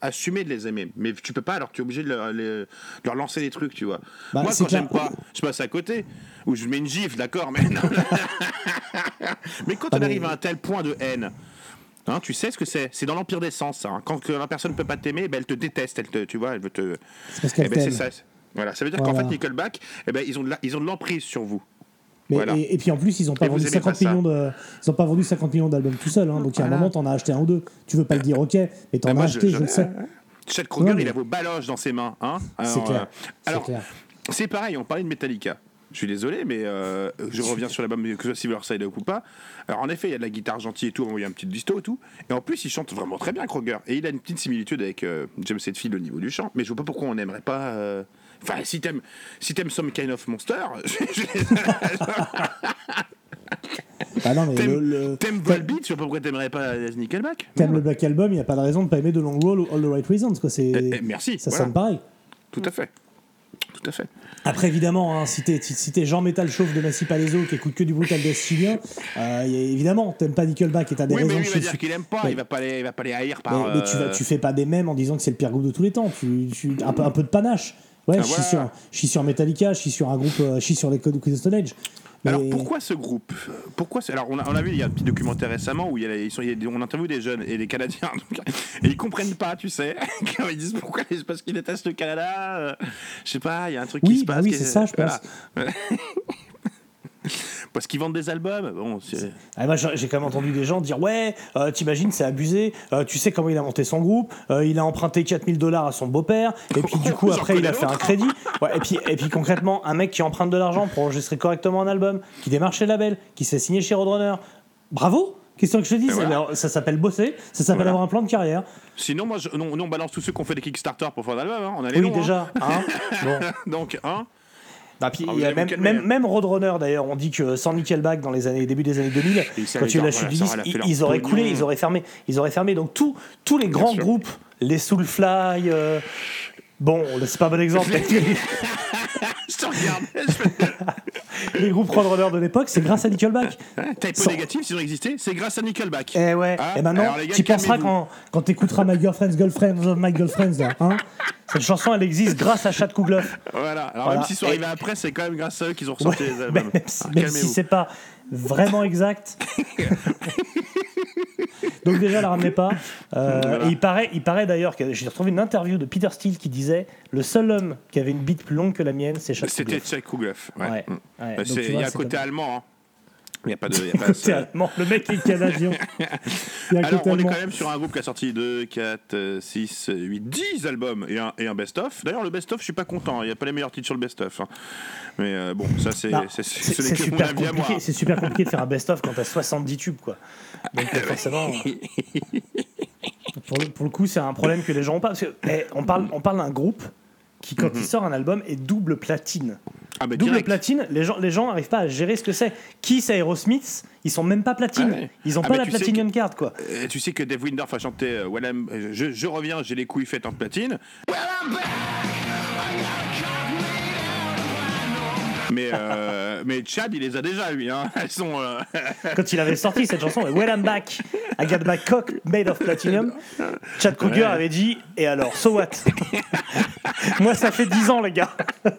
assumer de les aimer. Mais tu peux pas, alors tu es obligé de leur lancer des trucs, tu vois. Bah, Moi, c'est quand clair. j'aime pas, je passe à côté, ou je mets une gifle, d'accord, mais non. Mais quand on arrive à un tel point de haine, hein, tu sais ce que c'est. C'est dans l'empire des sens, ça. Hein. Quand la personne ne peut pas t'aimer, ben, elle te déteste, tu vois, elle veut te... C'est parce qu'elle Eh ben, c'est t'aime. ça. Voilà, ça veut dire Voilà. qu'en fait, Nickelback, eh ben, ils ont de l'emprise sur vous. Mais, Voilà. et puis en plus, ils n'ont pas Et vous vendu aimez pas 50 ça. millions ils ont pas vendu 50 millions d'albums tout seuls. Hein, donc il y a un Voilà. moment, t'en as acheté un ou deux. Tu veux pas le dire, ok, mais t'en Mais as moi, acheté, je le sais. Chad Kroeger, Ouais, mais- il a vos baloches dans ses mains. Hein. C'est clair. Alors, C'est clair. c'est pareil, on parlait de Metallica. Je suis désolé, mais je reviens sur l'album que ce soit Silver Side Up ou pas. Alors, en effet, il y a de la guitare gentille et tout, il y a un petit disto et tout. Et en plus, il chante vraiment très bien, Kroeger. Et il a une petite similitude avec James Hetfield au niveau du chant. Mais je vois pas pourquoi on n'aimerait pas. Enfin, si t'aimes Some Kind of Monster, Bah non, mais t'aimes Volbeat, je vois pas pourquoi t'aimerais pas Nickelback. t'aimes le Black Album, il n'y a pas de raison de pas aimer The Long Roll ou All the Right Reasons. Quoi. Merci. Ça voilà. sonne pareil. Tout à fait. Tout à fait. Après, évidemment, hein, si t'es Jean Metal Chauve de Massy Palaiso qui écoute que du brutal death chilien, évidemment, t'aimes pas Nickelback et t'as des Oui, mais raisons lui, il va de dire qu'il aime pas, Ouais. il va pas les haïr par. Mais tu fais pas des mèmes en disant que c'est le pire groupe de tous les temps. Un peu de panache. Ouais, Ah, je voilà. suis sur Metallica, je suis sur un groupe, je suis sur les Queens of Stone Age. Mais- Alors pourquoi ce groupe? Alors on a vu, il y a un petit documentaire récemment où on interviewe des jeunes et des Canadiens donc, et ils comprennent pas, tu sais. Quand ils disent pourquoi, c'est parce qu'ils détestent le Canada. Je sais pas, il y a un truc qui se passe. Oui, c'est ça, je pense. Voilà. Parce qu'ils vendent des albums. Bon, Moi, j'ai quand même entendu des gens dire ouais, t'imagines, c'est abusé. Tu sais comment il a monté son groupe. Il a emprunté $4,000 à son beau-père. Et puis du coup, J'en après, il connais a fait un d'autres. crédit. Ouais, et puis concrètement, un mec qui emprunte de l'argent pour enregistrer correctement un album, qui démarche chez label, qui se fait signer chez Roadrunner. Bravo. Question que je te dis, voilà. ça s'appelle bosser, ça s'appelle Voilà. avoir un plan de carrière. Sinon, nous on balance tous ceux qui ont fait des Kickstarter pour faire un album. Hein. On a les Oui, noms, déjà. Hein. Bon. Donc, hein. Bah, puis, vous il y a allez vous calmer. même Roadrunner d'ailleurs, on dit que sans Nickelback dans les début des années 2000, Et ça, quand les il y a eu la gars, chute du ça disque, aurait fait leur ils auraient pognon. coulé, ils auraient fermé. Donc tous les grands sûr. groupes, les Soulfly, bon, c'est pas un bon exemple, mais Je te regarde. les groupes Roadrunner de l'époque, c'est grâce à Nickelback. Typo Sans- négatif, s'ils ont existé, c'est grâce à Nickelback. Et ouais, Ah, et maintenant, alors, les gars, tu penseras calmez-vous. quand t'écouteras My Girlfriend's là, hein. Cette chanson, elle existe grâce à Chad Kugloff. Voilà. Alors Voilà. même s'ils sont arrivés après, c'est quand même grâce à eux qu'ils ont Ouais, ressorti les albums. même si Calmez-vous. c'est pas vraiment exact. Donc déjà, la ramenez pas. Voilà. Et il paraît d'ailleurs que j'ai retrouvé une interview de Peter Steele qui disait le seul homme qui avait une bite plus longue que la mienne, c'est Chad C'était Kugloff. Chad Kugloff. Ouais. Ouais. Mm. Ouais, Bah, donc, tu il y vois, a un c'est côté comme- allemand. Hein. Il n'y a pas de. Côté allemand, le mec est canadien. Il y a un Alors, côté on est allemand. quand même sur un groupe qui a sorti 2, 4, 6, 8, 10 albums et un best-of. D'ailleurs, le best-of, je suis pas content. Il n'y a pas les meilleurs titres sur le best-of. Hein. Mais bon, ça, ce Non, n'est c'est que mon super avis à moi. compliqué. C'est super compliqué de faire un best-of quand t'as 70 tubes, quoi. Donc forcément. Pour le coup, c'est un problème que les gens ont pas. Parce que, on parle d'un groupe qui, quand il sort un album, est double platine. Ah, bah, Double direct. platine, les gens n'arrivent pas à gérer ce que c'est. Kiss, Aerosmith, ils sont même pas platine. Ouais. Ils ont Ah, pas bah, la tu sais Platinum Card, quoi. Tu sais que Dave Windorf a chanté je reviens, j'ai les couilles faites en platine. Mais Chad, il les a déjà, lui. Hein. Elles sont. Quand il avait sorti cette chanson, Well I'm Back, I Got Back Cock Made of Platinum, Chad Kroeger avait dit et alors, so what? Moi, ça fait 10 ans, les gars.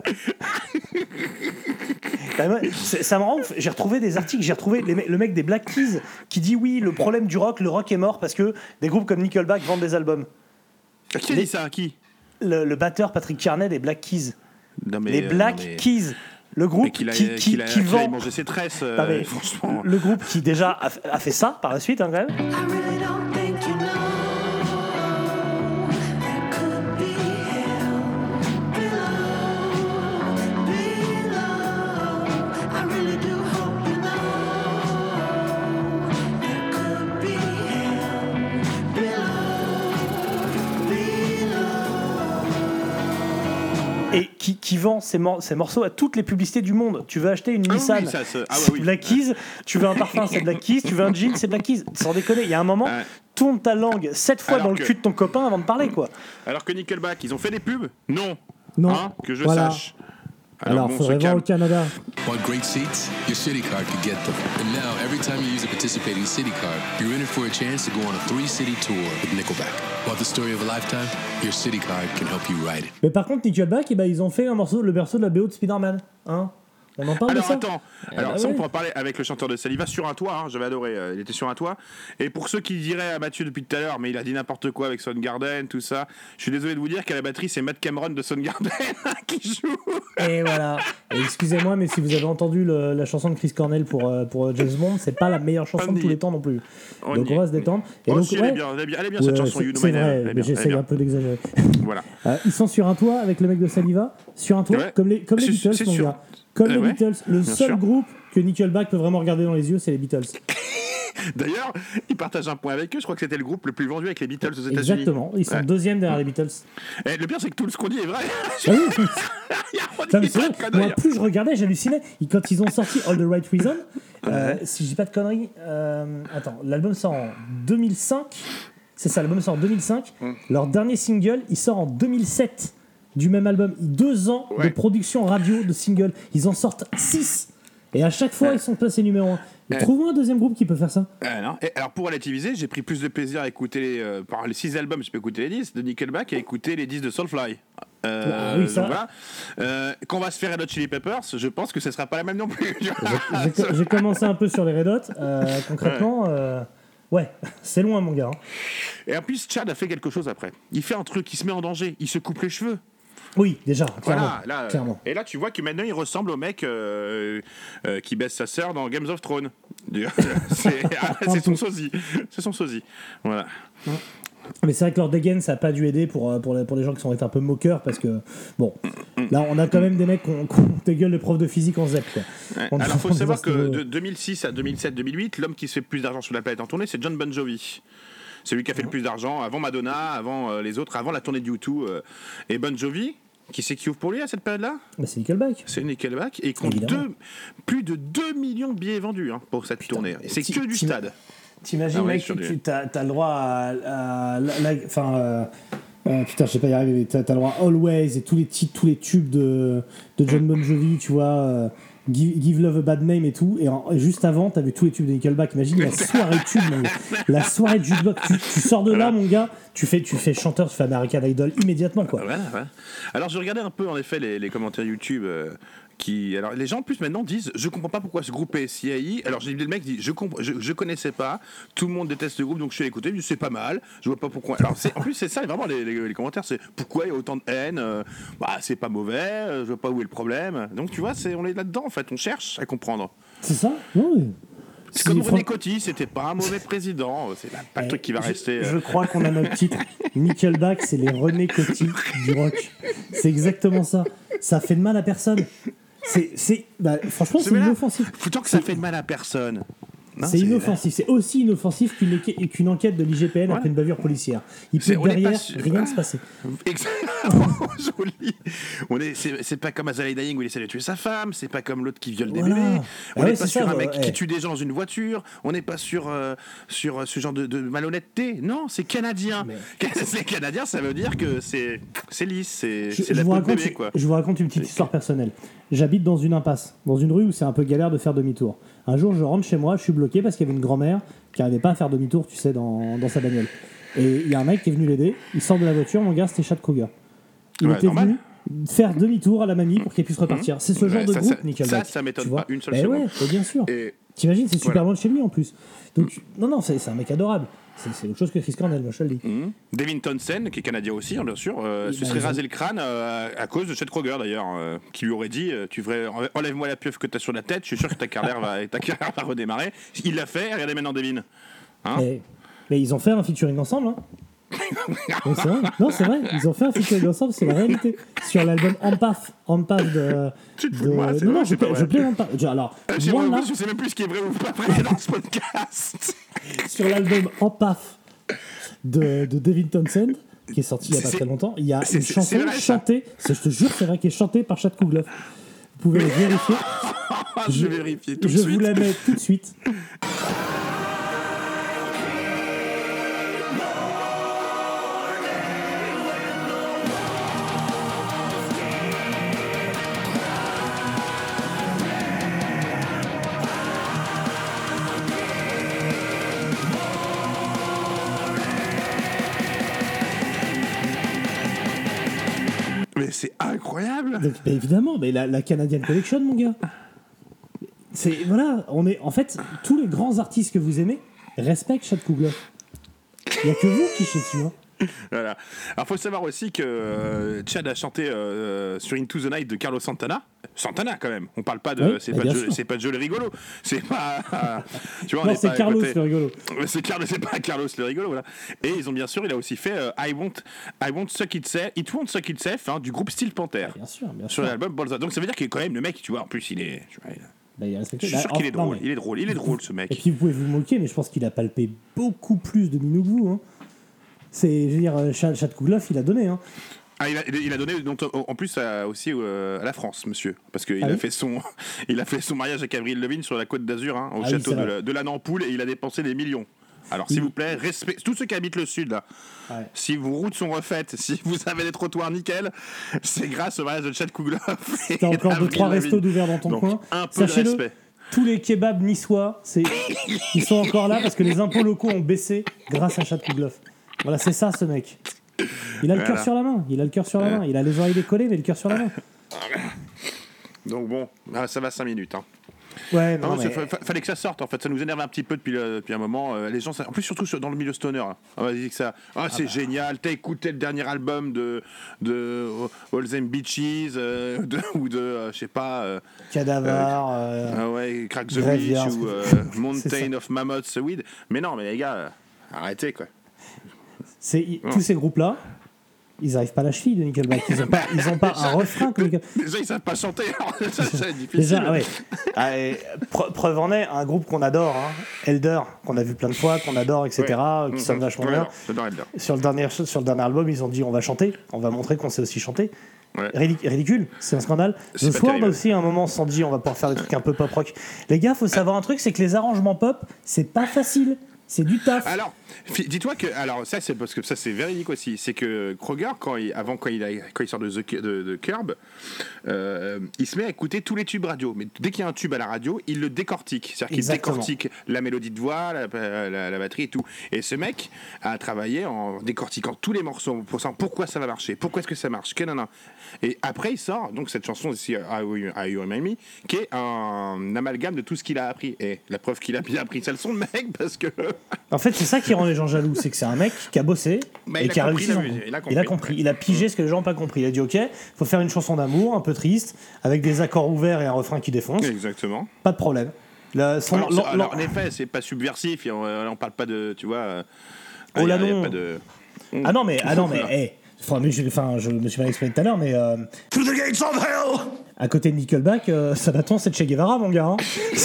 Ça me rend ouf. J'ai retrouvé des articles, j'ai retrouvé le mec des Black Keys qui dit oui, le problème du rock, le rock est mort parce que des groupes comme Nickelback vendent des albums. Qui a dit ça? Qui? Le batteur Patrick Carney des Black Keys. Non, mais, Les Black non, mais- Keys. Le mais groupe qu'il qui aille vend. manger ses tresses, Non, mais franchement. le groupe qui déjà a fait ça par la suite, hein, quand même. I really don't think you know there could be hell below. I really do hope you know there could be hell below. Et qui vend ces morceaux à toutes les publicités du monde. Tu veux acheter une Ah oui, Nissan, ça se- ah c'est oui. Black Keys. Tu veux un parfum, c'est Black Keys. Tu veux un jean, c'est Black Keys. Sans déconner, il y a un moment, Ouais. tourne ta langue 7 fois Alors dans le que- cul de ton copain avant de parler, quoi. Alors que Nickelback, ils ont fait des pubs? Non. Non. Hein, que je Voilà. sache. Alors, bon, faudrait ce voir câble- au Canada. Want great seats? Your City Card could get them. And now, every time you use a participating City Card, you're in it for a chance to go on a 3-city tour with Nickelback. Want the story of a lifetime? Your City Card can help you write it. Mais par contre, Nickelback, ils ont fait le morceau de la BO de Spider-Man. Hein, on en parle Alors de ça attends, bah ça ouais. on pourra en parler avec le chanteur de Saliva sur un toit, hein, j'avais adoré, il était sur un toit. Et pour ceux qui diraient à Mathieu depuis tout à l'heure, mais il a dit n'importe quoi avec Soundgarden, tout ça, je suis désolé de vous dire qu'à la batterie c'est Matt Cameron de Soundgarden qui joue. Et voilà. Et excusez-moi, mais si vous avez entendu la chanson de Chris Cornell pour James Bond, c'est pas la meilleure chanson de tous les temps non plus. Donc on va se détendre. Et donc, si, elle est bien, elle est bien cette chanson, You Know c'est My Name, vrai, elle est mais bien, j'essaye un peu d'exagérer. Voilà. Ils sont sur un toit avec le mec de Saliva, sur un toit, Ouais. comme les Beatles, c'est mon sûr. gars. Comme les Ouais, Beatles. Le bien seul sûr. groupe que Nickelback peut vraiment regarder dans les yeux, c'est les Beatles. D'ailleurs, il partage un point avec eux, je crois que c'était le groupe le plus vendu avec les Beatles aux États-Unis. Exactement. Ils sont Ouais. deuxième derrière les Beatles. Et le pire c'est que tout ce qu'on dit est vrai. Ah oui. Non, mais c'est vrai. Moi, plus je regardais, j'hallucinais. Quand ils ont sorti All the Right Reason, si je dis pas de conneries, attends, l'album sort en 2005. C'est ça, l'album sort en 2005. Leur dernier single, il sort en 2007 du même album. 2 ans de production radio de singles. Ils en sortent 6. Et à chaque fois, ils sont placés numéro 1. Trouve-moi un deuxième groupe qui peut faire ça. Non. Et alors pour relativiser, j'ai pris plus de plaisir à écouter par les 6 albums, je peux écouter les 10 de Nickelback et écouter les 10 de Soulfly. Oui, ça. Donc voilà. Quand on va se faire Red Hot Chili Peppers, je pense que ce sera pas la même non plus. J'ai commencé un peu sur les Red Hot. Concrètement, ouais, c'est loin, mon gars. Et en plus, Chad a fait quelque chose après. Il fait un truc, il se met en danger, il se coupe les cheveux. Oui, déjà, clairement. Voilà, là, clairement. Et là, tu vois que maintenant, il ressemble au mec qui baisse sa sœur dans Games of Thrones. C'est son sosie. C'est son sosie. Voilà. Mais c'est vrai que leur dégaine, ça n'a pas dû aider pour les gens qui sont un peu moqueurs, parce que, bon, là, on a quand même des mecs qui ont des gueules de profs de physique en ZEP, quoi. Ouais. Alors, il faut savoir que de 2006 à 2007-2008, l'homme qui se fait le plus d'argent sur la planète en tournée, c'est John Bon Jovi. C'est lui qui a fait le plus d'argent avant Madonna, avant les autres, avant la tournée de U2. Et Bon Jovi, qui c'est qui ouvre pour lui à cette période-là? Bah, c'est Nickelback. C'est Nickelback. Et il compte plus de 2 millions de billets vendus pour cette tournée. Et c'est que du stade. T'imagines, Ah ouais, mec, sur du- t'as le droit enfin, putain, je sais pas y arriver, mais t'as le droit à Always et tous les titres, tous les tubes de John Bon Jovi, tu vois, Give Love a Bad Name et tout. Et juste avant, t'as vu tous les tubes de Nickelback. Imagine la soirée tube, mon gars. La soirée de jukebox. Tu sors de là, mon gars, tu fais chanteur, tu fais American Idol immédiatement, quoi. Voilà. Alors, je regardais un peu, en effet, les commentaires YouTube. Alors, les gens en plus maintenant disent je comprends pas pourquoi ce groupe est SCI. Alors j'ai dit le mec dit je connaissais pas, tout le monde déteste le groupe donc je suis allé écouter, c'est pas mal, je vois pas pourquoi. Alors en plus c'est ça vraiment les commentaires, c'est pourquoi il y a autant de haine, c'est pas mauvais, je vois pas où est le problème. Donc tu vois, on est là-dedans en fait, on cherche à comprendre. C'est ça? Oui. C'est comme René Coty, c'était pas un mauvais président, c'est pas le truc qui va rester. Je crois qu'on a notre titre. Nickelback, c'est les René Coty du rock. C'est exactement ça. Ça fait de mal à personne. Franchement, c'est inoffensif. Tant que ça fait de mal à personne. Non, c'est inoffensif. C'est aussi inoffensif qu'une enquête de l'IGPN après une bavure policière. Il peut derrière rien se passer. Exactement. Joli. C'est pas comme Azalea Dying où il essaie de tuer sa femme. C'est pas comme l'autre qui viole des bébés. On n'est pas sur un mec qui tue des gens dans une voiture. On n'est pas sur ce genre de malhonnêteté. Non, c'est canadien. C'est canadien, ça veut dire que c'est lisse. C'est la peau de bébé, quoi. Je vous raconte une petite histoire personnelle. J'habite dans une impasse, dans une rue où c'est un peu galère de faire demi-tour. Un jour, je rentre chez moi, je suis bloqué parce qu'il y avait une grand-mère qui n'arrivait pas à faire demi-tour, tu sais, dans sa bagnole. Et il y a un mec qui est venu l'aider, il sort de la voiture, mon gars, c'était Chad Kroeger. Il était venu faire demi-tour à la mamie pour qu'elle puisse repartir. C'est ce genre de groupe, Nickelback. Ça m'étonne pas une seule seconde. Ouais, bien sûr. T'imagines, c'est super loin de chez lui en plus. Donc, non, c'est un mec adorable. C'est autre chose que Chris Cornell, moi je te le dis. Devin Townsend, qui est canadien aussi, bien sûr, se serait rasé le crâne à cause de Chad Kroeger d'ailleurs, qui lui aurait dit enlève-moi la pieuvre que tu as sur la tête, je suis sûr que ta carrière va redémarrer. Il l'a fait, regardez maintenant Devin. Hein mais ils ont fait un featuring ensemble, hein. C'est vrai. Non, c'est vrai, ils ont fait un featuring ensemble, c'est la réalité. Sur l'album Empath de. Non, je plaisante pas. Alors, je sais même plus ce qui est vrai ou pas vrai dans ce podcast. Sur l'album Empath de Devin Townsend, qui est sorti il y a pas très longtemps, il y a une chanson chantée, je te jure, c'est vrai, qui est chantée par Chad Kroeger. Vous pouvez le vérifier. Je vais vérifier tout de suite. Je vous la mets tout de suite. Mais c'est incroyable. Donc, bah, évidemment, mais la Canadian Collection, mon gars. Voilà, en fait, tous les grands artistes que vous aimez respectent Chad Kugloff. Il n'y a que vous qui chiez dessus. Hein. Voilà. Alors, faut savoir aussi que Chad a chanté sur Into the Night de Carlos Santana. Santana, quand même. On parle pas de. Oui, c'est pas Joe le rigolo. C'est pas. Tu vois, non, c'est Carlos le rigolo. C'est pas Carlos le rigolo, voilà. Et ils ont bien sûr, il a aussi fait I Won't Suck It Safe du groupe Steel Panther. Bien sûr. Sur l'album Balza. Donc ça veut dire qu'il est quand même le mec, tu vois, en plus il est. Bah, il je suis sûr qu'il est drôle. Il est drôle ce mec. Et puis vous pouvez vous moquer, mais je pense qu'il a palpé beaucoup plus de minous que vous. Hein. Je veux dire, Chad Kugloff, il a donné. Hein. Ah, il a donné donc, en plus aussi à la France, monsieur, parce qu'il a fait son mariage avec Avril Lavigne sur la Côte d'Azur, hein, au château de la Nampoule, et il a dépensé des millions. Alors s'il vous plaît, respect tous ceux qui habitent le sud là. Ouais. Si vos routes sont refaites, si vous avez des trottoirs nickel, c'est grâce au mariage de Chad Kugloff. T'as encore 2-3 restos d'ouverts dans ton coin. Un peu de respect. Tous les kebabs niçois, ils sont encore là parce que les impôts locaux ont baissé grâce à Chad Kugloff. Voilà, c'est ça ce mec. Il a le cœur sur la main. Il a les oreilles décollées, mais le cœur sur la main. Donc bon, ça va 5 minutes. Hein. Ouais, non, mais... fallait que ça sorte en fait, ça nous énerve un petit peu depuis un moment. Les gens, en plus surtout dans le milieu stoner, on va dire que ça. C'est génial. T'as écouté le dernier album de All Them Beaches ou de je sais pas. Cadavar. Ouais, Crack the Witch ou Mountain of Mammoths Weed. Mais non, mais les gars, arrêtez quoi. Tous ces groupes-là. Ils n'arrivent pas à la cheville de Nickelback. Ils ont pas un refrain comme Nickelback. Déjà, ils savent pas chanter. Ça, c'est difficile. Déjà, ouais. Preuve en est, un groupe qu'on adore, hein, Elder, qu'on a vu plein de fois, qu'on adore, etc., qui sonne vachement bien. Sur le dernier album, ils ont dit on va chanter, on va montrer qu'on sait aussi chanter. Ouais. Ridicule, c'est un scandale. The Sword aussi, à un moment, s'en dit on va pouvoir faire des trucs un peu pop rock. Les gars, faut savoir un truc, c'est que les arrangements pop, c'est pas facile. C'est du taf. Alors, dis-toi que, ça c'est parce que ça c'est véridique aussi, c'est que Kroger quand il sort de Curb, il se met à écouter tous les tubes radio. Mais dès qu'il y a un tube à la radio, il le décortique. C'est-à-dire qu'il décortique la mélodie de voix, la batterie et tout. Et ce mec a travaillé en décortiquant tous les morceaux pour savoir pourquoi ça va marcher, pourquoi est-ce que ça marche, Et après il sort donc cette chanson ici, I You Remind Me, qui est un amalgame de tout ce qu'il a appris. Et la preuve qu'il a bien appris sa leçon, le mec, parce que en fait, c'est ça qui rend les gens jaloux, c'est que c'est un mec qui a bossé et qui a réussi. Il a compris, il a pigé ce que les gens n'ont pas compris. Il a dit ok, faut faire une chanson d'amour un peu triste avec des accords ouverts et un refrain qui défonce. Exactement. Pas de problème. Alors, en effet, c'est pas subversif. On parle pas de, tu vois. Oh là non. Ah non mais je me suis mal exprimé tout à l'heure, mais To the gates of hell. À côté de Nickelback, Sanaton, c'est Che Guevara, mon gars. Hein.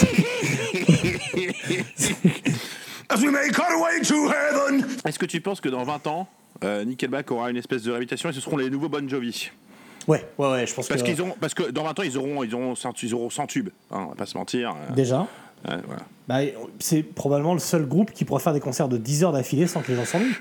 As we make our way to heaven. Est-ce que tu penses que dans 20 ans, Nickelback aura une espèce de réputation et ce seront les nouveaux Bon Jovi? Ouais, je pense parce que dans 20 ans, ils auront 100 tubes, hein, on va pas se mentir. Déjà. Voilà. Bah, c'est probablement le seul groupe qui pourrait faire des concerts de 10 heures d'affilée sans que les gens s'ennuient.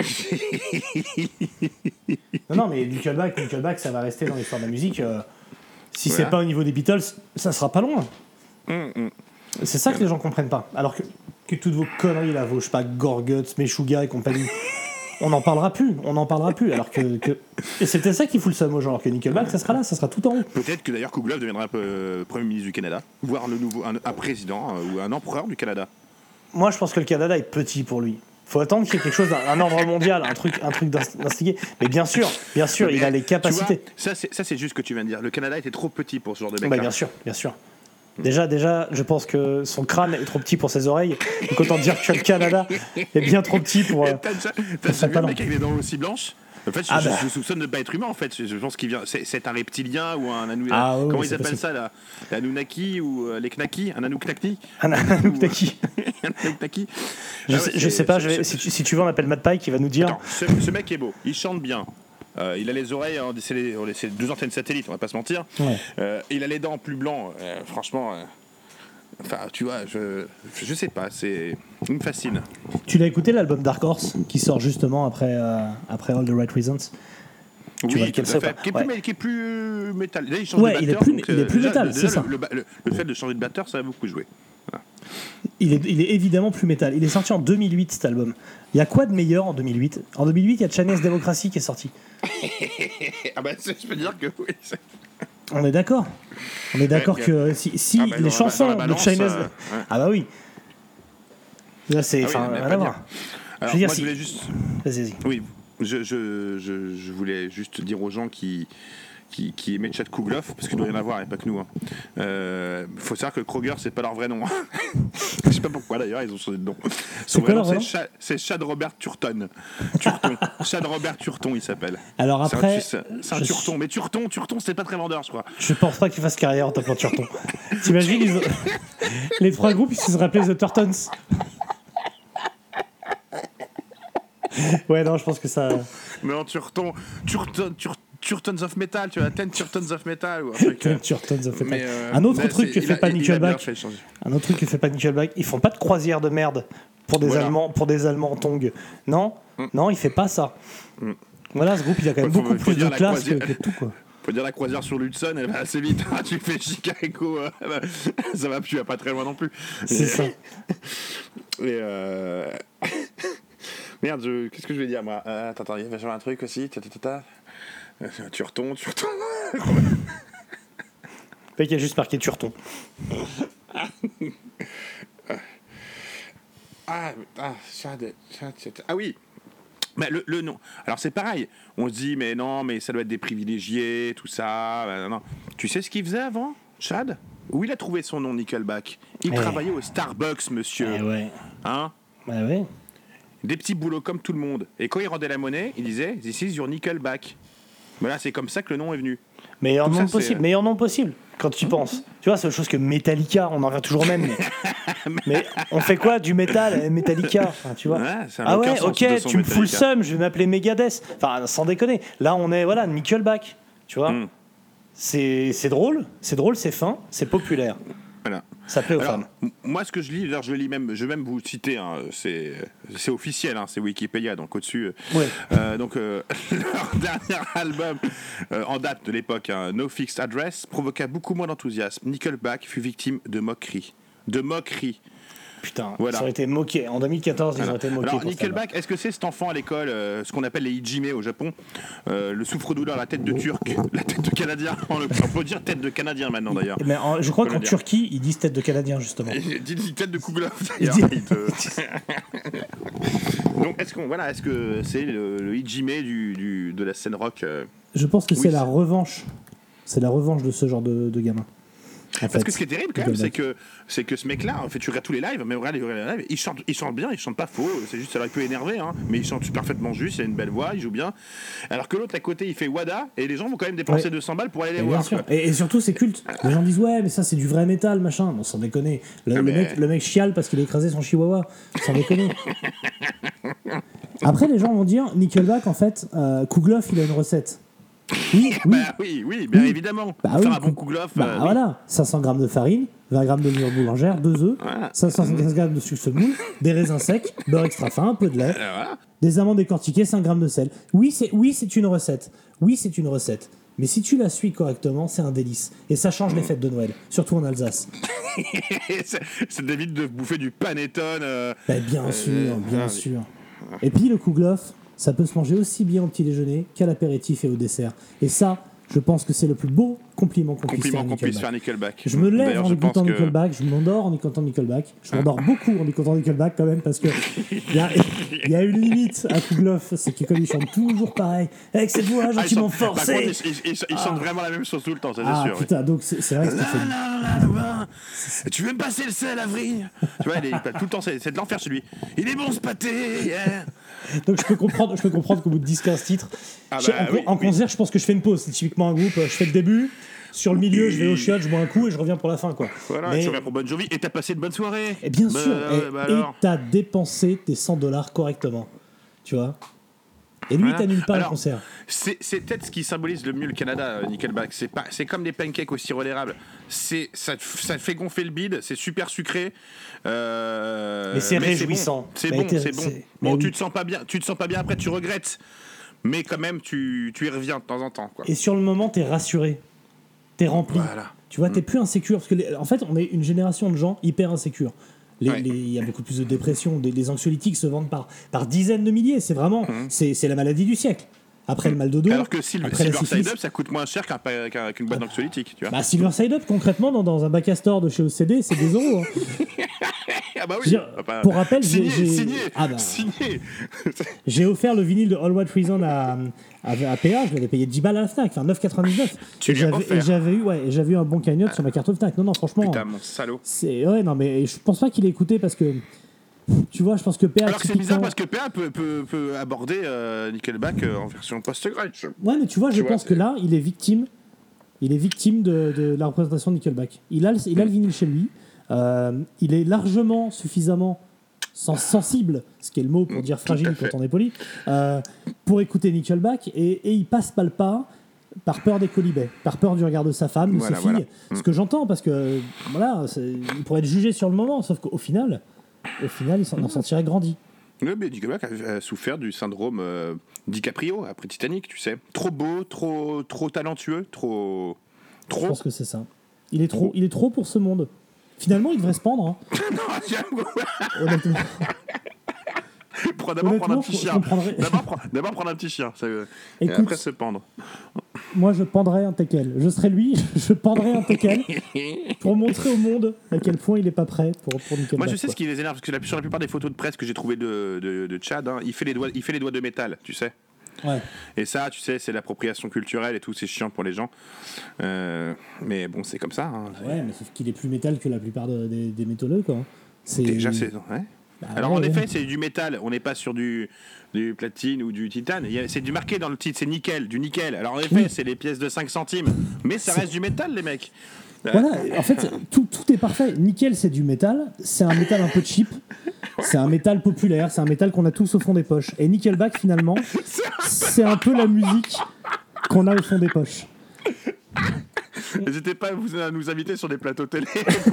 non, mais Nickelback, ça va rester dans l'histoire de la musique. Si c'est pas au niveau des Beatles, ça sera pas loin. C'est ça que les gens comprennent pas. Alors que toutes vos conneries là, vos Gorguts, Meshuggah et compagnie, on n'en parlera plus. Alors que et c'est peut-être ça qui fout le seum aux gens. Alors que Nickelback, ça sera tout en haut. Peut-être que d'ailleurs Kugloff deviendra Premier ministre du Canada, voire un président ou un empereur du Canada. Moi, je pense que le Canada est petit pour lui. Faut attendre qu'il y ait quelque chose, un ordre mondial, un truc d'instigué. Mais bien sûr, il a les capacités. Tu vois, ça c'est juste ce que tu viens de dire. Le Canada était trop petit pour ce genre de mec. Bah, bien sûr. Déjà, je pense que son crâne est trop petit pour ses oreilles. Donc autant dire que le Canada est bien trop petit pour. T'as vu un mec avec des dents aussi blanches? En fait, je soupçonne de ne pas être humain. En fait, je pense qu'il vient. C'est un reptilien ou un Anunnaki. Comment ils appellent ça là? L'Anunnaki ou les Knaki? Un Anunnaki? Un Anunnaki. Je sais pas. Si tu veux, on appelle Matt Pike qui va nous dire. Attends, ce mec est beau. Il chante bien. Il a les oreilles, c'est 2 antennes satellites, on va pas se mentir. Ouais. Il a les dents plus blancs, franchement. Enfin, tu vois, je sais pas, il me fascine. Tu l'as écouté l'album Dark Horse qui sort justement après All the Right Reasons? Oui, tout à fait. Qui est plus métal. Là, il change de batteur. Il est plus métal, c'est ça. Le fait de changer de batteur, ça va beaucoup jouer. Voilà. Il est évidemment plus métal. Il est sorti en 2008 cet album. Il y a quoi de meilleur en 2008 ? En 2008, il y a Chinese Democracy qui est sorti. Ah bah je peux dire que oui. On est d'accord. On est d'accord que si les chansons de Chinese... Ah bah oui. Là, c'est... Enfin, rien à voir. Alors, je veux dire, moi, je voulais juste... Vas-y. Oui, je voulais juste dire aux gens qui aimaient Chad Kugloff, parce qu'il doit y en avoir, et pas que nous. Faut savoir que Kroger, c'est pas leur vrai nom. Je sais pas pourquoi d'ailleurs, ils ont changé de nom. Son vrai nom, c'est Chad Robert Turton. Chad Robert Turton, il s'appelle. Alors après. C'est un Turton. Mais Turton, c'est pas très vendeur, je crois. Je pense pas qu'il fasse carrière en tapant Turton. T'imagines, les 3 groupes, ils se seraient appelés The Turtons. Ouais, non, je pense que ça. Mais en Turtons of Metal, tu vois, 10 Turtons of Metal ou un truc. 10 Turtons of Metal. Un autre truc que fait pas Nickelback. Ils font pas de croisière de merde pour des Allemands en tongs. Non, il fait pas ça. Voilà, ce groupe, il a quand même beaucoup plus de classe que tout, quoi. Faut dire la croisière sur l'Hudson, elle va assez vite. Tu fais Chicago, ça va, tu vas pas très loin non plus. C'est ça. Et merde, qu'est-ce que je vais dire moi? Attends, il va faire un truc aussi. Turton. Le mec a juste marqué Turton. Ah oui. Bah, le nom. Alors c'est pareil. On se dit mais non, mais ça doit être des privilégiés, tout ça. Non. Tu sais ce qu'il faisait avant, Chad? Où il a trouvé son nom, Nickelback? Il travaillait au Starbucks, monsieur. Ouais. Hein? Bah ouais. Des petits boulots comme tout le monde. Et quand il rendait la monnaie, il disait "This is your Nickelback". Voilà, c'est comme ça que le nom est venu. Meilleur nom possible, quand tu y penses. Tu vois, c'est autre chose que Metallica, on en revient toujours au même. Mais on fait quoi du métal, Metallica, tu vois? Ouais, ok, tu me fous le seum, je vais m'appeler Megadeth. Enfin, sans déconner. Là, on est, Nickelback, tu vois. C'est drôle, c'est fin, c'est populaire. Voilà. Ça plaît aux femmes. Moi, ce que je lis, d'ailleurs, je vais même vous citer, c'est officiel, c'est Wikipédia, donc au-dessus. Ouais. Leur dernier album en date de l'époque, No Fixed Address, provoqua beaucoup moins d'enthousiasme. Nickelback fut victime de moqueries. Putain, ils ont été moqués. En 2014, ils ont été moqués. Alors, Nickelback, est-ce que c'est cet enfant à l'école, ce qu'on appelle les Hijime au Japon, le souffre-douleur, la tête de Turc, la tête de Canadien, on peut dire tête de Canadien maintenant d'ailleurs. Mais je crois qu'en Turquie, ils disent tête de Canadien justement. Ils disent tête de Kugloff d'ailleurs. Donc est-ce que c'est le Hijime de la scène rock Je pense que c'est la revanche. C'est la revanche de ce genre de gamin. Parce que ce qui est terrible quand même, c'est que ce mec-là, en fait, tu regardes tous les lives, mais regarde les lives, il chante bien, il chante pas faux, c'est juste ça aurait pu énerver, mais il chante parfaitement juste, il a une belle voix, il joue bien. Alors que l'autre à côté, il fait Wada, et les gens vont quand même dépenser 200 balles pour aller les voir. Bien sûr. Et surtout, c'est culte. Les gens disent ouais, mais ça c'est du vrai métal, machin. Non, sans déconner. Le mec chiale parce qu'il a écrasé son chihuahua. Sans déconner. Après, les gens vont dire Nickelback, en fait, Kugloff, il a une recette. Oui, bien évidemment. Faire un bon Kugloff. Voilà, 500 grammes de farine, 20 grammes de levure boulangère, 2 œufs, 515 grammes de sucre semoule, des raisins secs, beurre extra fin, un peu de lait, des amandes décortiquées, 5 grammes de sel. Oui, c'est une recette. Mais si tu la suis correctement, c'est un délice. Et ça change les fêtes de Noël, surtout en Alsace. Ça évite de bouffer du panettone. Bien sûr. Et puis le Kugloff, ça peut se manger aussi bien au petit déjeuner qu'à l'apéritif et au dessert. Et ça, je pense que c'est le plus beau compliment qu'on puisse faire à Nickelback. Je me lève en écoutant Nickelback, je m'endors en écoutant Nickelback. Je m'endors beaucoup en écoutant Nickelback quand même, parce que il y a une limite à Kugloff, c'est que comme il chante toujours pareil, avec cette voix gentiment forcée. Il chante vraiment la même chose tout le temps, c'est sûr. Putain, donc c'est vrai que c'est tu veux me passer le sel, Avril? Tu vois, tout le temps, c'est de l'enfer chez lui. Il est bon ce pâté, Donc je peux comprendre qu'au bout de 10-15 titres, en concert, je pense que je fais une pause. C'est typiquement un groupe, je fais le début, sur le milieu, je vais au chiottes, je bois un coup et je reviens pour la fin, quoi. Voilà, tu reviens pour Bon Jovi et t'as passé une bonne soirée. Et bien sûr, et t'as dépensé tes $100 correctement, tu vois. Et lui, t'annules pas le concert. C'est peut-être ce qui symbolise le mieux le Canada, Nickelback. C'est comme des pancakes au sirop d'érable. Ça te fait gonfler le bide, c'est super sucré. Mais c'est réjouissant. C'est bon. Bon, tu te sens pas bien après, tu regrettes. Mais quand même, tu y reviens de temps en temps, quoi. Et sur le moment, t'es rassuré. T'es rempli. Voilà. Tu vois, t'es plus insécure. Parce que, en fait, on est une génération de gens hyper insécures. Il y a beaucoup plus de dépression. Les anxiolytiques se vendent par dizaines de milliers. C'est vraiment, c'est la maladie du siècle. Après le mal de dos. Alors que Silver Side Up, ça coûte moins cher qu'une boîte d'anxiolytiques, tu vois. Bah, Silver Side Up, concrètement, dans un bac à store de chez OCD, c'est des euros. Hein. Ah bah oui. Pour rappel, signé. J'ai offert le vinyle de All White Reason à PA, je l'avais payé 10 balles à la Fnac, enfin 9,99. Et j'avais eu un bon cagnotte sur ma carte Fnac. Non, franchement. Putain, mon salaud. Non, mais je pense pas qu'il ait écouté parce que. Tu vois, je pense que PA. Alors que c'est bizarre parce que PA peut aborder Nickelback en version post-grunge. Ouais, mais tu vois, je pense que là, il est victime de la représentation de Nickelback. Il a le vinyle chez lui. Il est largement suffisamment sensible, ce qui est le mot pour dire fragile quand on est poli, pour écouter Nickelback et il passe pas le pas par peur des colibets, par peur du regard de sa femme, de ses filles. Ce que j'entends, parce que il pourrait être jugé sur le moment, sauf qu'au final, il s'en sortirait grandi. Oui, mais Nickelback a souffert du syndrome DiCaprio après Titanic, tu sais. Trop beau, trop talentueux, trop. Je pense que c'est ça. Il est trop pour ce monde. Finalement, il devrait se pendre. Hein. Honnêtement. D'abord prendre un petit chien. D'abord prendre un petit chien. Et après se pendre. Moi, je pendrais un teckel. Je serais lui, je pendrais un teckel pour montrer au monde à quel point il n'est pas prêt pour Nickelback. Moi, je sais ce qui les énerve, parce que sur la plupart des photos de presse que j'ai trouvées de Chad, hein, il fait les doigts de métal, tu sais. Ouais. Et ça, tu sais, c'est l'appropriation culturelle et tout, c'est chiant pour les gens. Mais bon, c'est comme ça. Hein. Ouais, mais sauf qu'il est plus métal que la plupart des métalleux, quoi. Déjà, c'est... Ouais. Bah, alors en effet, c'est du métal, on n'est pas sur du platine ou du titane, c'est du marqué dans le titre, c'est nickel, du nickel. Alors en effet, c'est les pièces de 5 centimes, mais ça reste du métal, les mecs. Voilà, en fait, tout est parfait. Nickel, c'est du métal, c'est un métal un peu cheap, c'est un métal populaire, c'est un métal qu'on a tous au fond des poches. Et Nickelback, finalement, c'est un peu la musique qu'on a au fond des poches. N'hésitez pas à nous inviter sur des plateaux télé.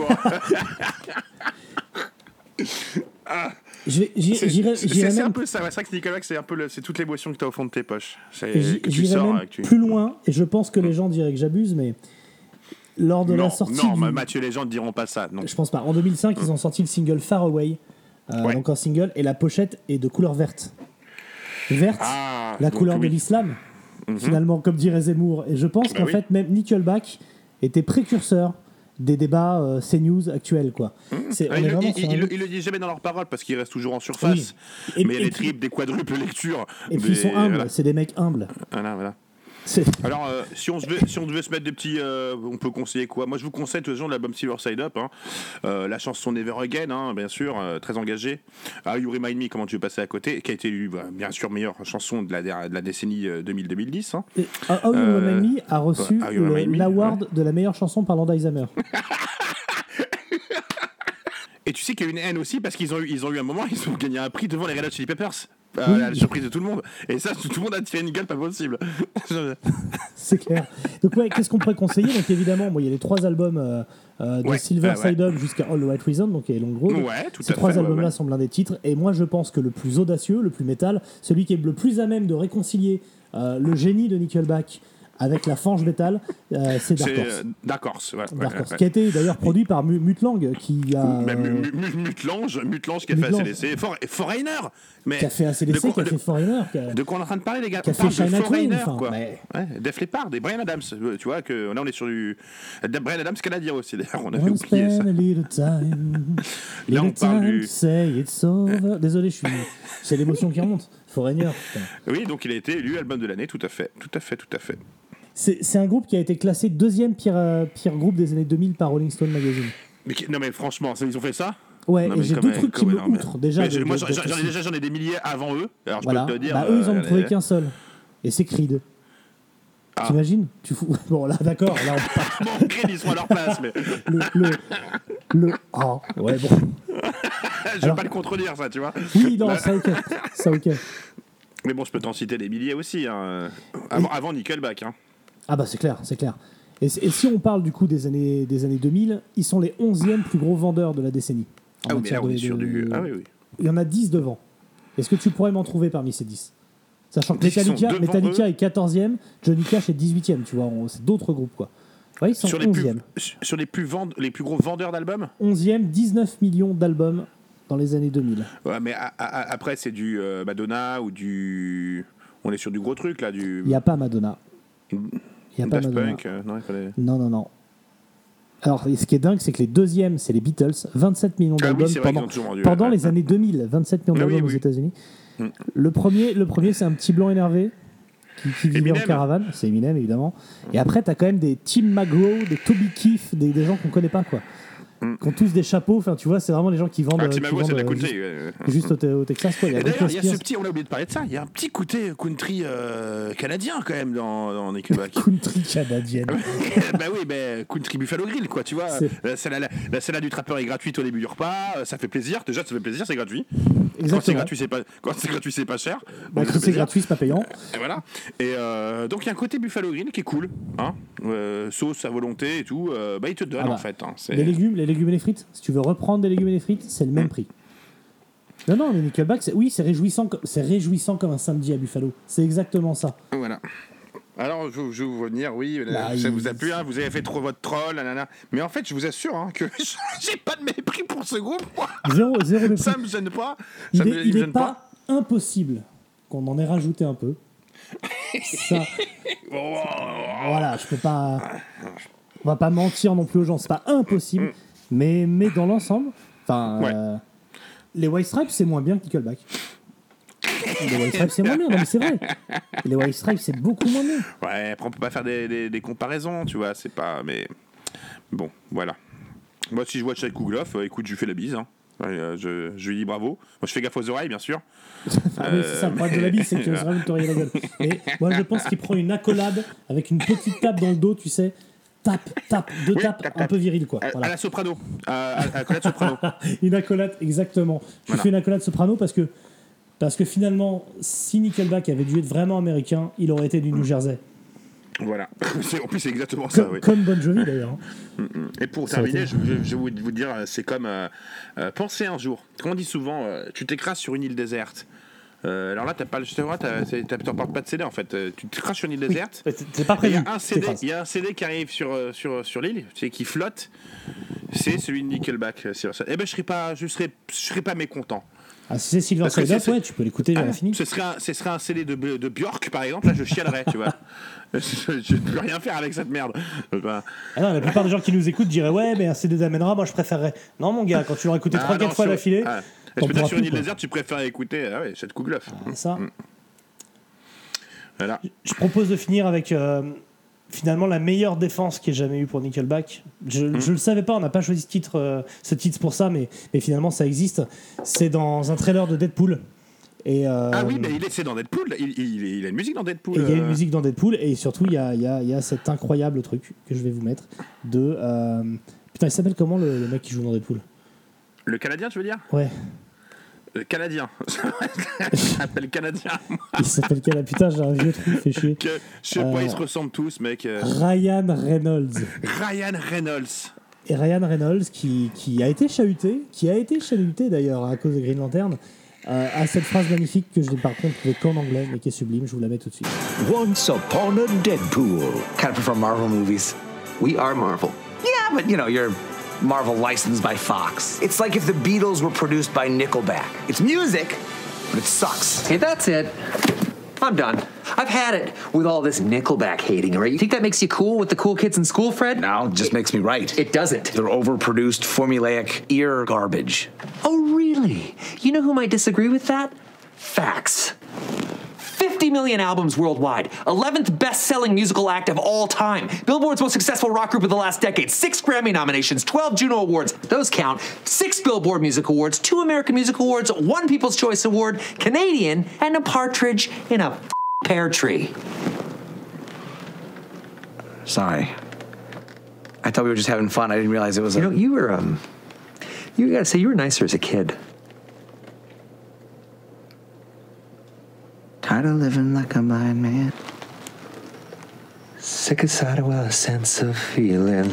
C'est un peu ça. C'est vrai que Nickelback, c'est toutes les boissons que tu as au fond de tes poches. J'irais même plus loin, et je pense que les gens diraient que j'abuse, mais lors de la sortie. Non, Mathieu, les gens ne diront pas ça. Non. Je pense pas. En 2005, ils ont sorti le single Far Away, donc un single, et la pochette est de couleur verte. Verte, la couleur de l'islam, finalement, comme dirait Zemmour. Et je pense qu'en fait, même Nickelback était précurseur des débats CNews actuels, quoi. Ils le disent jamais dans leurs paroles parce qu'ils restent toujours en surface. Oui. Mais il y a des triples, des quadruples lectures. Et puis ils sont humbles, voilà. C'est des mecs humbles. Voilà. Alors, si on devait se mettre des petits, on peut conseiller quoi? Moi, je vous conseille de toute façon l'album Silver Side Up, hein. La chanson Never Again, hein, bien sûr, très engagée. You Remind Me, comment tu veux passer à côté, qui a été élue, bien sûr, meilleure chanson de la décennie 2000-2010. Hein. You Remind Me a reçu l'award de la meilleure chanson parlant d'Alzheimer. Et tu sais qu'il y a une haine aussi parce qu'ils ont eu un moment, ils ont gagné un prix devant les Red Hot Chili Peppers. La surprise de tout le monde. Et ça, tout le monde a tiré une gueule pas possible. C'est clair. Donc qu'est-ce qu'on pourrait conseiller? Donc évidemment, il y a les 3 albums de Silver Side Up jusqu'à All the Right Reason, donc il y a Long Road. Ces 3 albums-là sont blindés de titres. Et moi, je pense que le plus audacieux, le plus métal, celui qui est le plus à même de réconcilier le génie de Nickelback avec la fange métal, c'est Dark Horse. Dark Horse, qui a été d'ailleurs produit par Mutt-Lange, qui a... Mutt-Lange qui a fait ACDC, Foreigner, mais qui a fait ACDC, qui a fait Foreigner. De quoi on est en train de parler, les gars? Qui a fait Shine Foreigner, Queen, quoi. Def Leppard, et Bryan Adams, tu vois, que là on est sur du... Bryan Adams canadien aussi, d'ailleurs, on avait oublié ça. Là on parle du... Désolé, c'est l'émotion qui remonte. Foreigner, putain. Oui, donc il a été élu album de l'année, tout à fait. C'est un groupe qui a été classé 2e pire groupe des années 2000 par Rolling Stone Magazine. Mais franchement, ils ont fait ça? Ouais, et j'ai 2 trucs qui me outrent. Déjà, j'en ai des milliers avant eux. Alors je peux te dire. Eux, ils en ont trouvé qu'un seul. Et c'est Creed. T'imagines? Tu fous. Bon, là, d'accord. Là, bon, Creed, ils sont à leur place, mais. Ouais, bon. Je vais pas le contredire, ça, tu vois. Oui, non, ça, ok. Mais bon, je peux t'en citer des milliers aussi, hein. Avant Nickelback, hein. Ah bah c'est clair. Et si on parle du coup des années 2000, ils sont les 11e plus gros vendeurs de la décennie. Ah oui, mais là on est sur du... Ah oui. Il y en a 10 devant. Est-ce que tu pourrais m'en trouver parmi ces 10? Sachant que Metallica est 14e, Johnny Cash est 18e, tu vois, c'est d'autres groupes, quoi. Ouais, ils sont sur 11e. Sur les plus gros vendeurs d'albums. 11e, 19 millions d'albums dans les années 2000. Ouais, mais après, c'est du Madonna ou du. On est sur du gros truc là. Il n'y a pas Madonna. Il n'y a pas Daft Madonna. Punk, non, il fallait. Non. Alors, ce qui est dingue, c'est que les deuxièmes, c'est les Beatles, 27 millions d'albums pendant les années 2000, 27 millions d'albums aux États-Unis. Le premier, c'est un petit blanc énervé qui vivait en caravane, c'est Eminem évidemment. Et après, t'as quand même des Tim McGraw, des Toby Keith, des gens qu'on connaît pas, quoi. Qui ont tous des chapeaux, enfin tu vois, c'est vraiment les gens qui vendent. Tim McGraw, c'est de la country. Juste au Texas, quoi. Et d'ailleurs, il y a ce petit, on a oublié de parler de ça, il y a un petit côté country canadien quand même dans Nickelback. Country canadienne. Bah oui, country Buffalo Grill, quoi, tu vois. La salade du trappeur est gratuite au début du repas, ça fait plaisir. Déjà, ça fait plaisir, c'est gratuit. Exactement. Quand c'est gratuit, c'est pas cher. Quand c'est gratuit, c'est pas payant. Et voilà. Et donc, il y a un côté Buffalo Grill qui est cool. Hein, sauce à volonté et tout. Il te donne en fait. Hein, les légumes et les frites, si tu veux reprendre des légumes et des frites, c'est le même prix. Non, mais Nickelback, c'est réjouissant comme un samedi à Buffalo. C'est exactement ça. Voilà. Alors, je vais vous revenir, oui, ça vous a plu, hein, vous avez fait trop votre troll, nanana. Mais en fait, je vous assure que j'ai pas de mépris pour ce groupe. Zéro mépris. Ça me gêne pas. Il n'est pas impossible qu'on en ait rajouté un peu. Ça, voilà, je peux pas. On va pas mentir non plus aux gens, c'est pas impossible. Mais dans l'ensemble, les White Stripes, c'est moins bien que Nickelback. Les White Stripes, c'est moins bien, non mais c'est vrai. Les White Stripes, c'est beaucoup moins bien. Ouais, après on peut pas faire des comparaisons, tu vois, c'est pas... Mais bon, voilà. Moi, si je vois Chad Kugloff, écoute, je lui fais la bise. Hein. Je lui dis bravo. Moi, je fais gaffe aux oreilles, bien sûr. Oui, c'est ça, le problème de la bise, c'est que vraiment te la gueule. Mais moi, je pense qu'il prend une accolade avec une petite tape dans le dos, tu sais. Deux tapes, un peu viril, quoi. À la soprano. Accolade soprano. Une accolade, exactement. Je fais une accolade soprano parce que finalement, si Nickelback avait dû être vraiment américain, il aurait été du New Jersey. Voilà. En plus, c'est exactement ça. Oui. Comme Bon Jovi, d'ailleurs. Et pour terminer, je vais vous dire, c'est comme penser un jour. Comme on dit souvent, tu t'écrases sur une île déserte. Alors là, t'as pas le t'en portes pas de CD en fait. Tu te craches sur une île déserte. C'est pas prévu. Il y a un CD qui arrive sur l'île, tu sais, qui flotte. C'est celui de Nickelback. Eh ben, je serais pas mécontent. Ah, si c'est Silver Side Up, ouais, tu peux l'écouter à l'infini. Ce serait un CD de Björk, par exemple. Là, je chialerais, tu vois. Je ne peux rien faire avec cette merde. La plupart des gens qui nous écoutent diraient ouais, mais un CD d'Amenra, moi je préférerais. Non, mon gars, quand tu l'auras écouté 3-4 fois d'affilée. Peut-être sur une île déserte, tu préfères écouter Chad Kugloff. Ça. Voilà. Je propose de finir avec finalement la meilleure défense qu'il y ait jamais eu pour Nickelback. Je le savais pas, on n'a pas choisi ce titre pour ça, mais finalement ça existe. C'est dans un trailer de Deadpool. Et, oui, mais c'est dans Deadpool. Il a une musique dans Deadpool. Il y a une musique dans Deadpool, et surtout il y a cet incroyable truc que je vais vous mettre de. Putain, il s'appelle comment le mec qui joue dans Deadpool? Le Canadien, tu veux dire? Ouais. Le Canadien. Il s'appelle Canadien. Il s'appelle Canadien. Putain, j'ai un vieux truc, fait chier. Je sais pas, ils se ressemblent tous, mec. Ryan Reynolds. Et Ryan Reynolds qui a été chahuté, d'ailleurs à cause de Green Lantern, a cette phrase magnifique que je n'ai par contre trouvée qu'en anglais, mais qui est sublime, je vous la mets tout de suite. Once upon a Deadpool. Kind of prefer Marvel movies. We are Marvel. Yeah, but you're Marvel licensed by Fox. It's like if the Beatles were produced by Nickelback. It's music, but it sucks. Hey, that's it. I'm done. I've had it with all this Nickelback hating, right? You think that makes you cool with the cool kids in school, Fred? No, it just makes me right. It doesn't. They're overproduced, formulaic ear garbage. Oh, really? You know who might disagree with that? Facts. 50 million albums worldwide, 11th best-selling musical act of all time, Billboard's most successful rock group of the last decade, 6 Grammy nominations, 12 Juno Awards, those count, 6 Billboard Music Awards, 2 American Music Awards, 1 People's Choice Award, Canadian, and a partridge in a pear tree. Sorry. I thought we were just having fun. I didn't realize it was you gotta say, you were nicer as a kid. Tired of living like a blind man. Sick aside of a sense of feeling.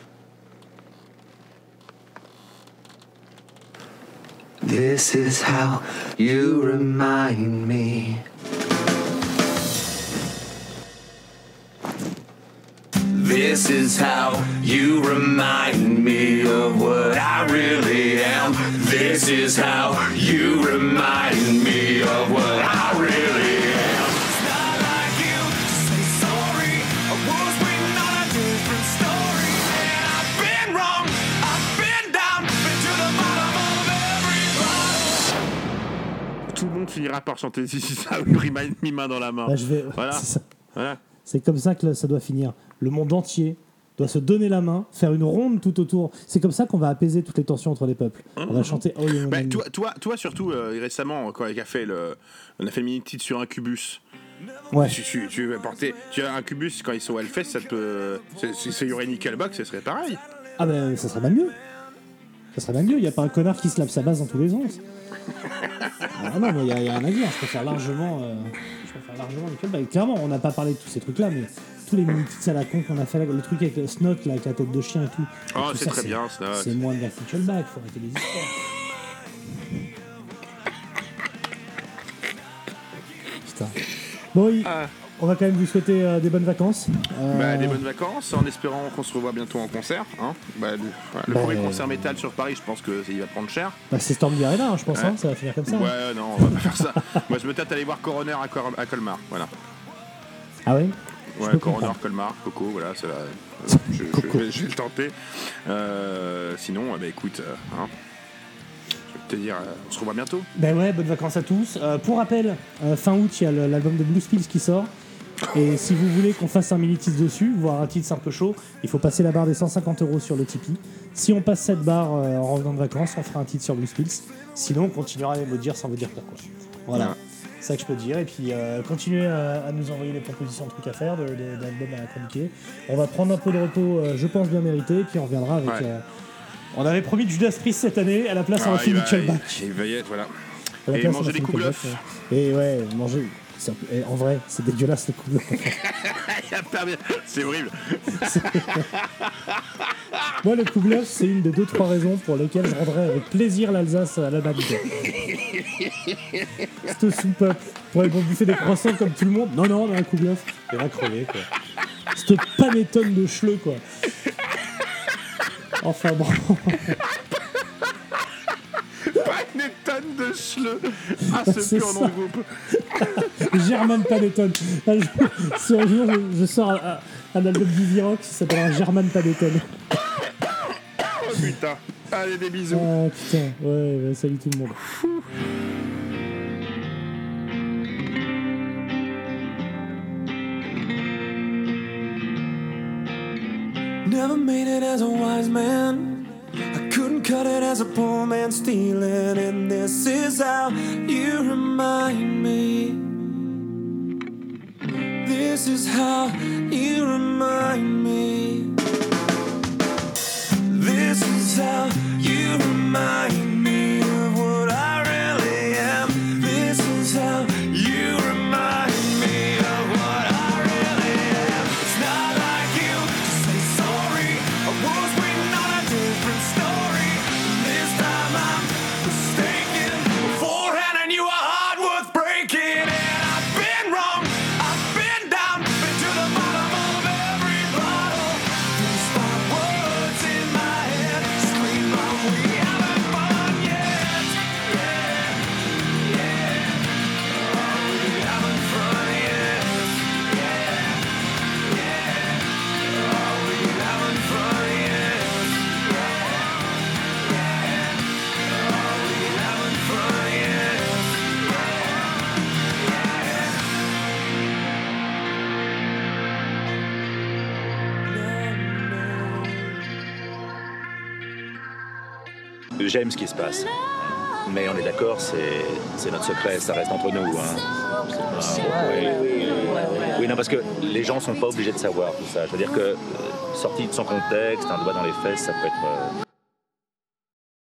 This is how you remind me. This This is how you remind me of what I really am. This is how you remind me of what I really am. It's not like you to say sorry. I was waiting on a different story. And I've been wrong, I've been down, been to the bottom of every bottle. Tout le monde finira par chanter This is how you remind me main dans la main. Bah, Voilà. c'est ça. Voilà. C'est comme ça que ça doit finir. Le monde entier doit se donner la main, faire une ronde tout autour. C'est comme ça qu'on va apaiser toutes les tensions entre les peuples. On va chanter Oh You Bah, Remind Me. toi surtout récemment quand on a fait le mini titre sur Incubus. Ouais. Tu veux porter, tu as Incubus quand ils sont au Hellfest, ça peut, c'est y aurait Nickelback, ce serait pareil. Ah ben ça serait même mieux. Ça serait même mieux. Il n'y a pas un connard qui se lave sa base dans tous les sens. Ah non, mais il y a rien à dire. Je préfère largement Nickelback. Clairement, on n'a pas parlé de tous ces trucs-là, mais tous les mini-titres à la con qu'on a fait, le truc avec le Snot, là, avec la tête de chien et tout. Oh, tout c'est ça, très bien, Snot. C'est moins de la Nickelback, faut arrêter les histoires. Putain. Bon, on va quand même vous souhaiter des bonnes vacances. Des bonnes vacances, en espérant qu'on se revoit bientôt en concert. Hein. Le premier concert métal sur Paris, je pense qu'il va prendre cher. Bah, c'est Storm Arena, je pense, Ouais. hein, ça va finir comme ça. Ouais, non, on va pas faire ça. Moi, je me tâte à aller voir Coroner à Colmar. Voilà. Ah ouais? Ouais, Coroner, Colmar, Coco, voilà, ça va. Je vais le tenter. Sinon, écoute, hein, je vais te dire, on se revoit bientôt. Ben ouais, bonnes vacances à tous. Pour rappel, fin août, il y a l'album de Blue Spills qui sort. Et si vous voulez qu'on fasse un mini-titre dessus, voire un titre un peu chaud, il faut passer la barre des 150 € sur le Tipeee. Si on passe cette barre en revenant de vacances, on fera un titre sur Blue Spills. Sinon, on continuera à les maudire sans vous dire pourquoi. Voilà. C'est ça que je peux dire. Et puis, continuez à nous envoyer des propositions de trucs à faire, d'albums à chroniquer. On va prendre un peu de repos, je pense, bien mérité. Puis on reviendra avec... on avait promis de Judas Priest cette année. À la place, on va finir Nickelback. Il va y être, voilà. À la Et place, manger on des va finir coubleufs. Et ouais, manger... Et en vrai, c'est dégueulasse le coubleuf. C'est horrible. Moi, le coubleuf, c'est une des 2-3 raisons pour lesquelles je rendrais avec plaisir l'Alsace à l'Allemagne. Cette sous-peuple pour bouffer des croissants comme tout le monde. Non, un coubleuf, il va crever, quoi. Cette panettone de chleux, quoi. Enfin bon. Panettone de chleux. Ah, ce pur nom de groupe. German Panettone. Si un jour je sors un album d'Easyrock, ça s'appellera German Panettone. Oh putain. Allez, des bisous. Ah putain, ouais, salut tout le monde. Never made it as a wise man. I couldn't cut it as a poor man stealing. And this is how you remind me. This is how you remind me. This is how you remind me of what I really am. This is how you remind me of what I really am. It's not like you to say sorry. I was waiting on a different story. This time I'm mistaken. Beforehand I knew a heart worth breaking. And I've been wrong, I've been down, been to the bottom of every bottle. These five words in my head scream out, we haven't fun yet. Oh, we haven't fun yet. Oh, we haven't fun yet. Oh, we haven't fun yet. J'aime ce qui se passe. Mais on est d'accord, c'est notre secret, ça reste entre nous. Hein. Oui, non, parce que les gens sont pas obligés de savoir tout ça. Je veux dire que, sorti de son contexte, un doigt dans les fesses, ça peut être...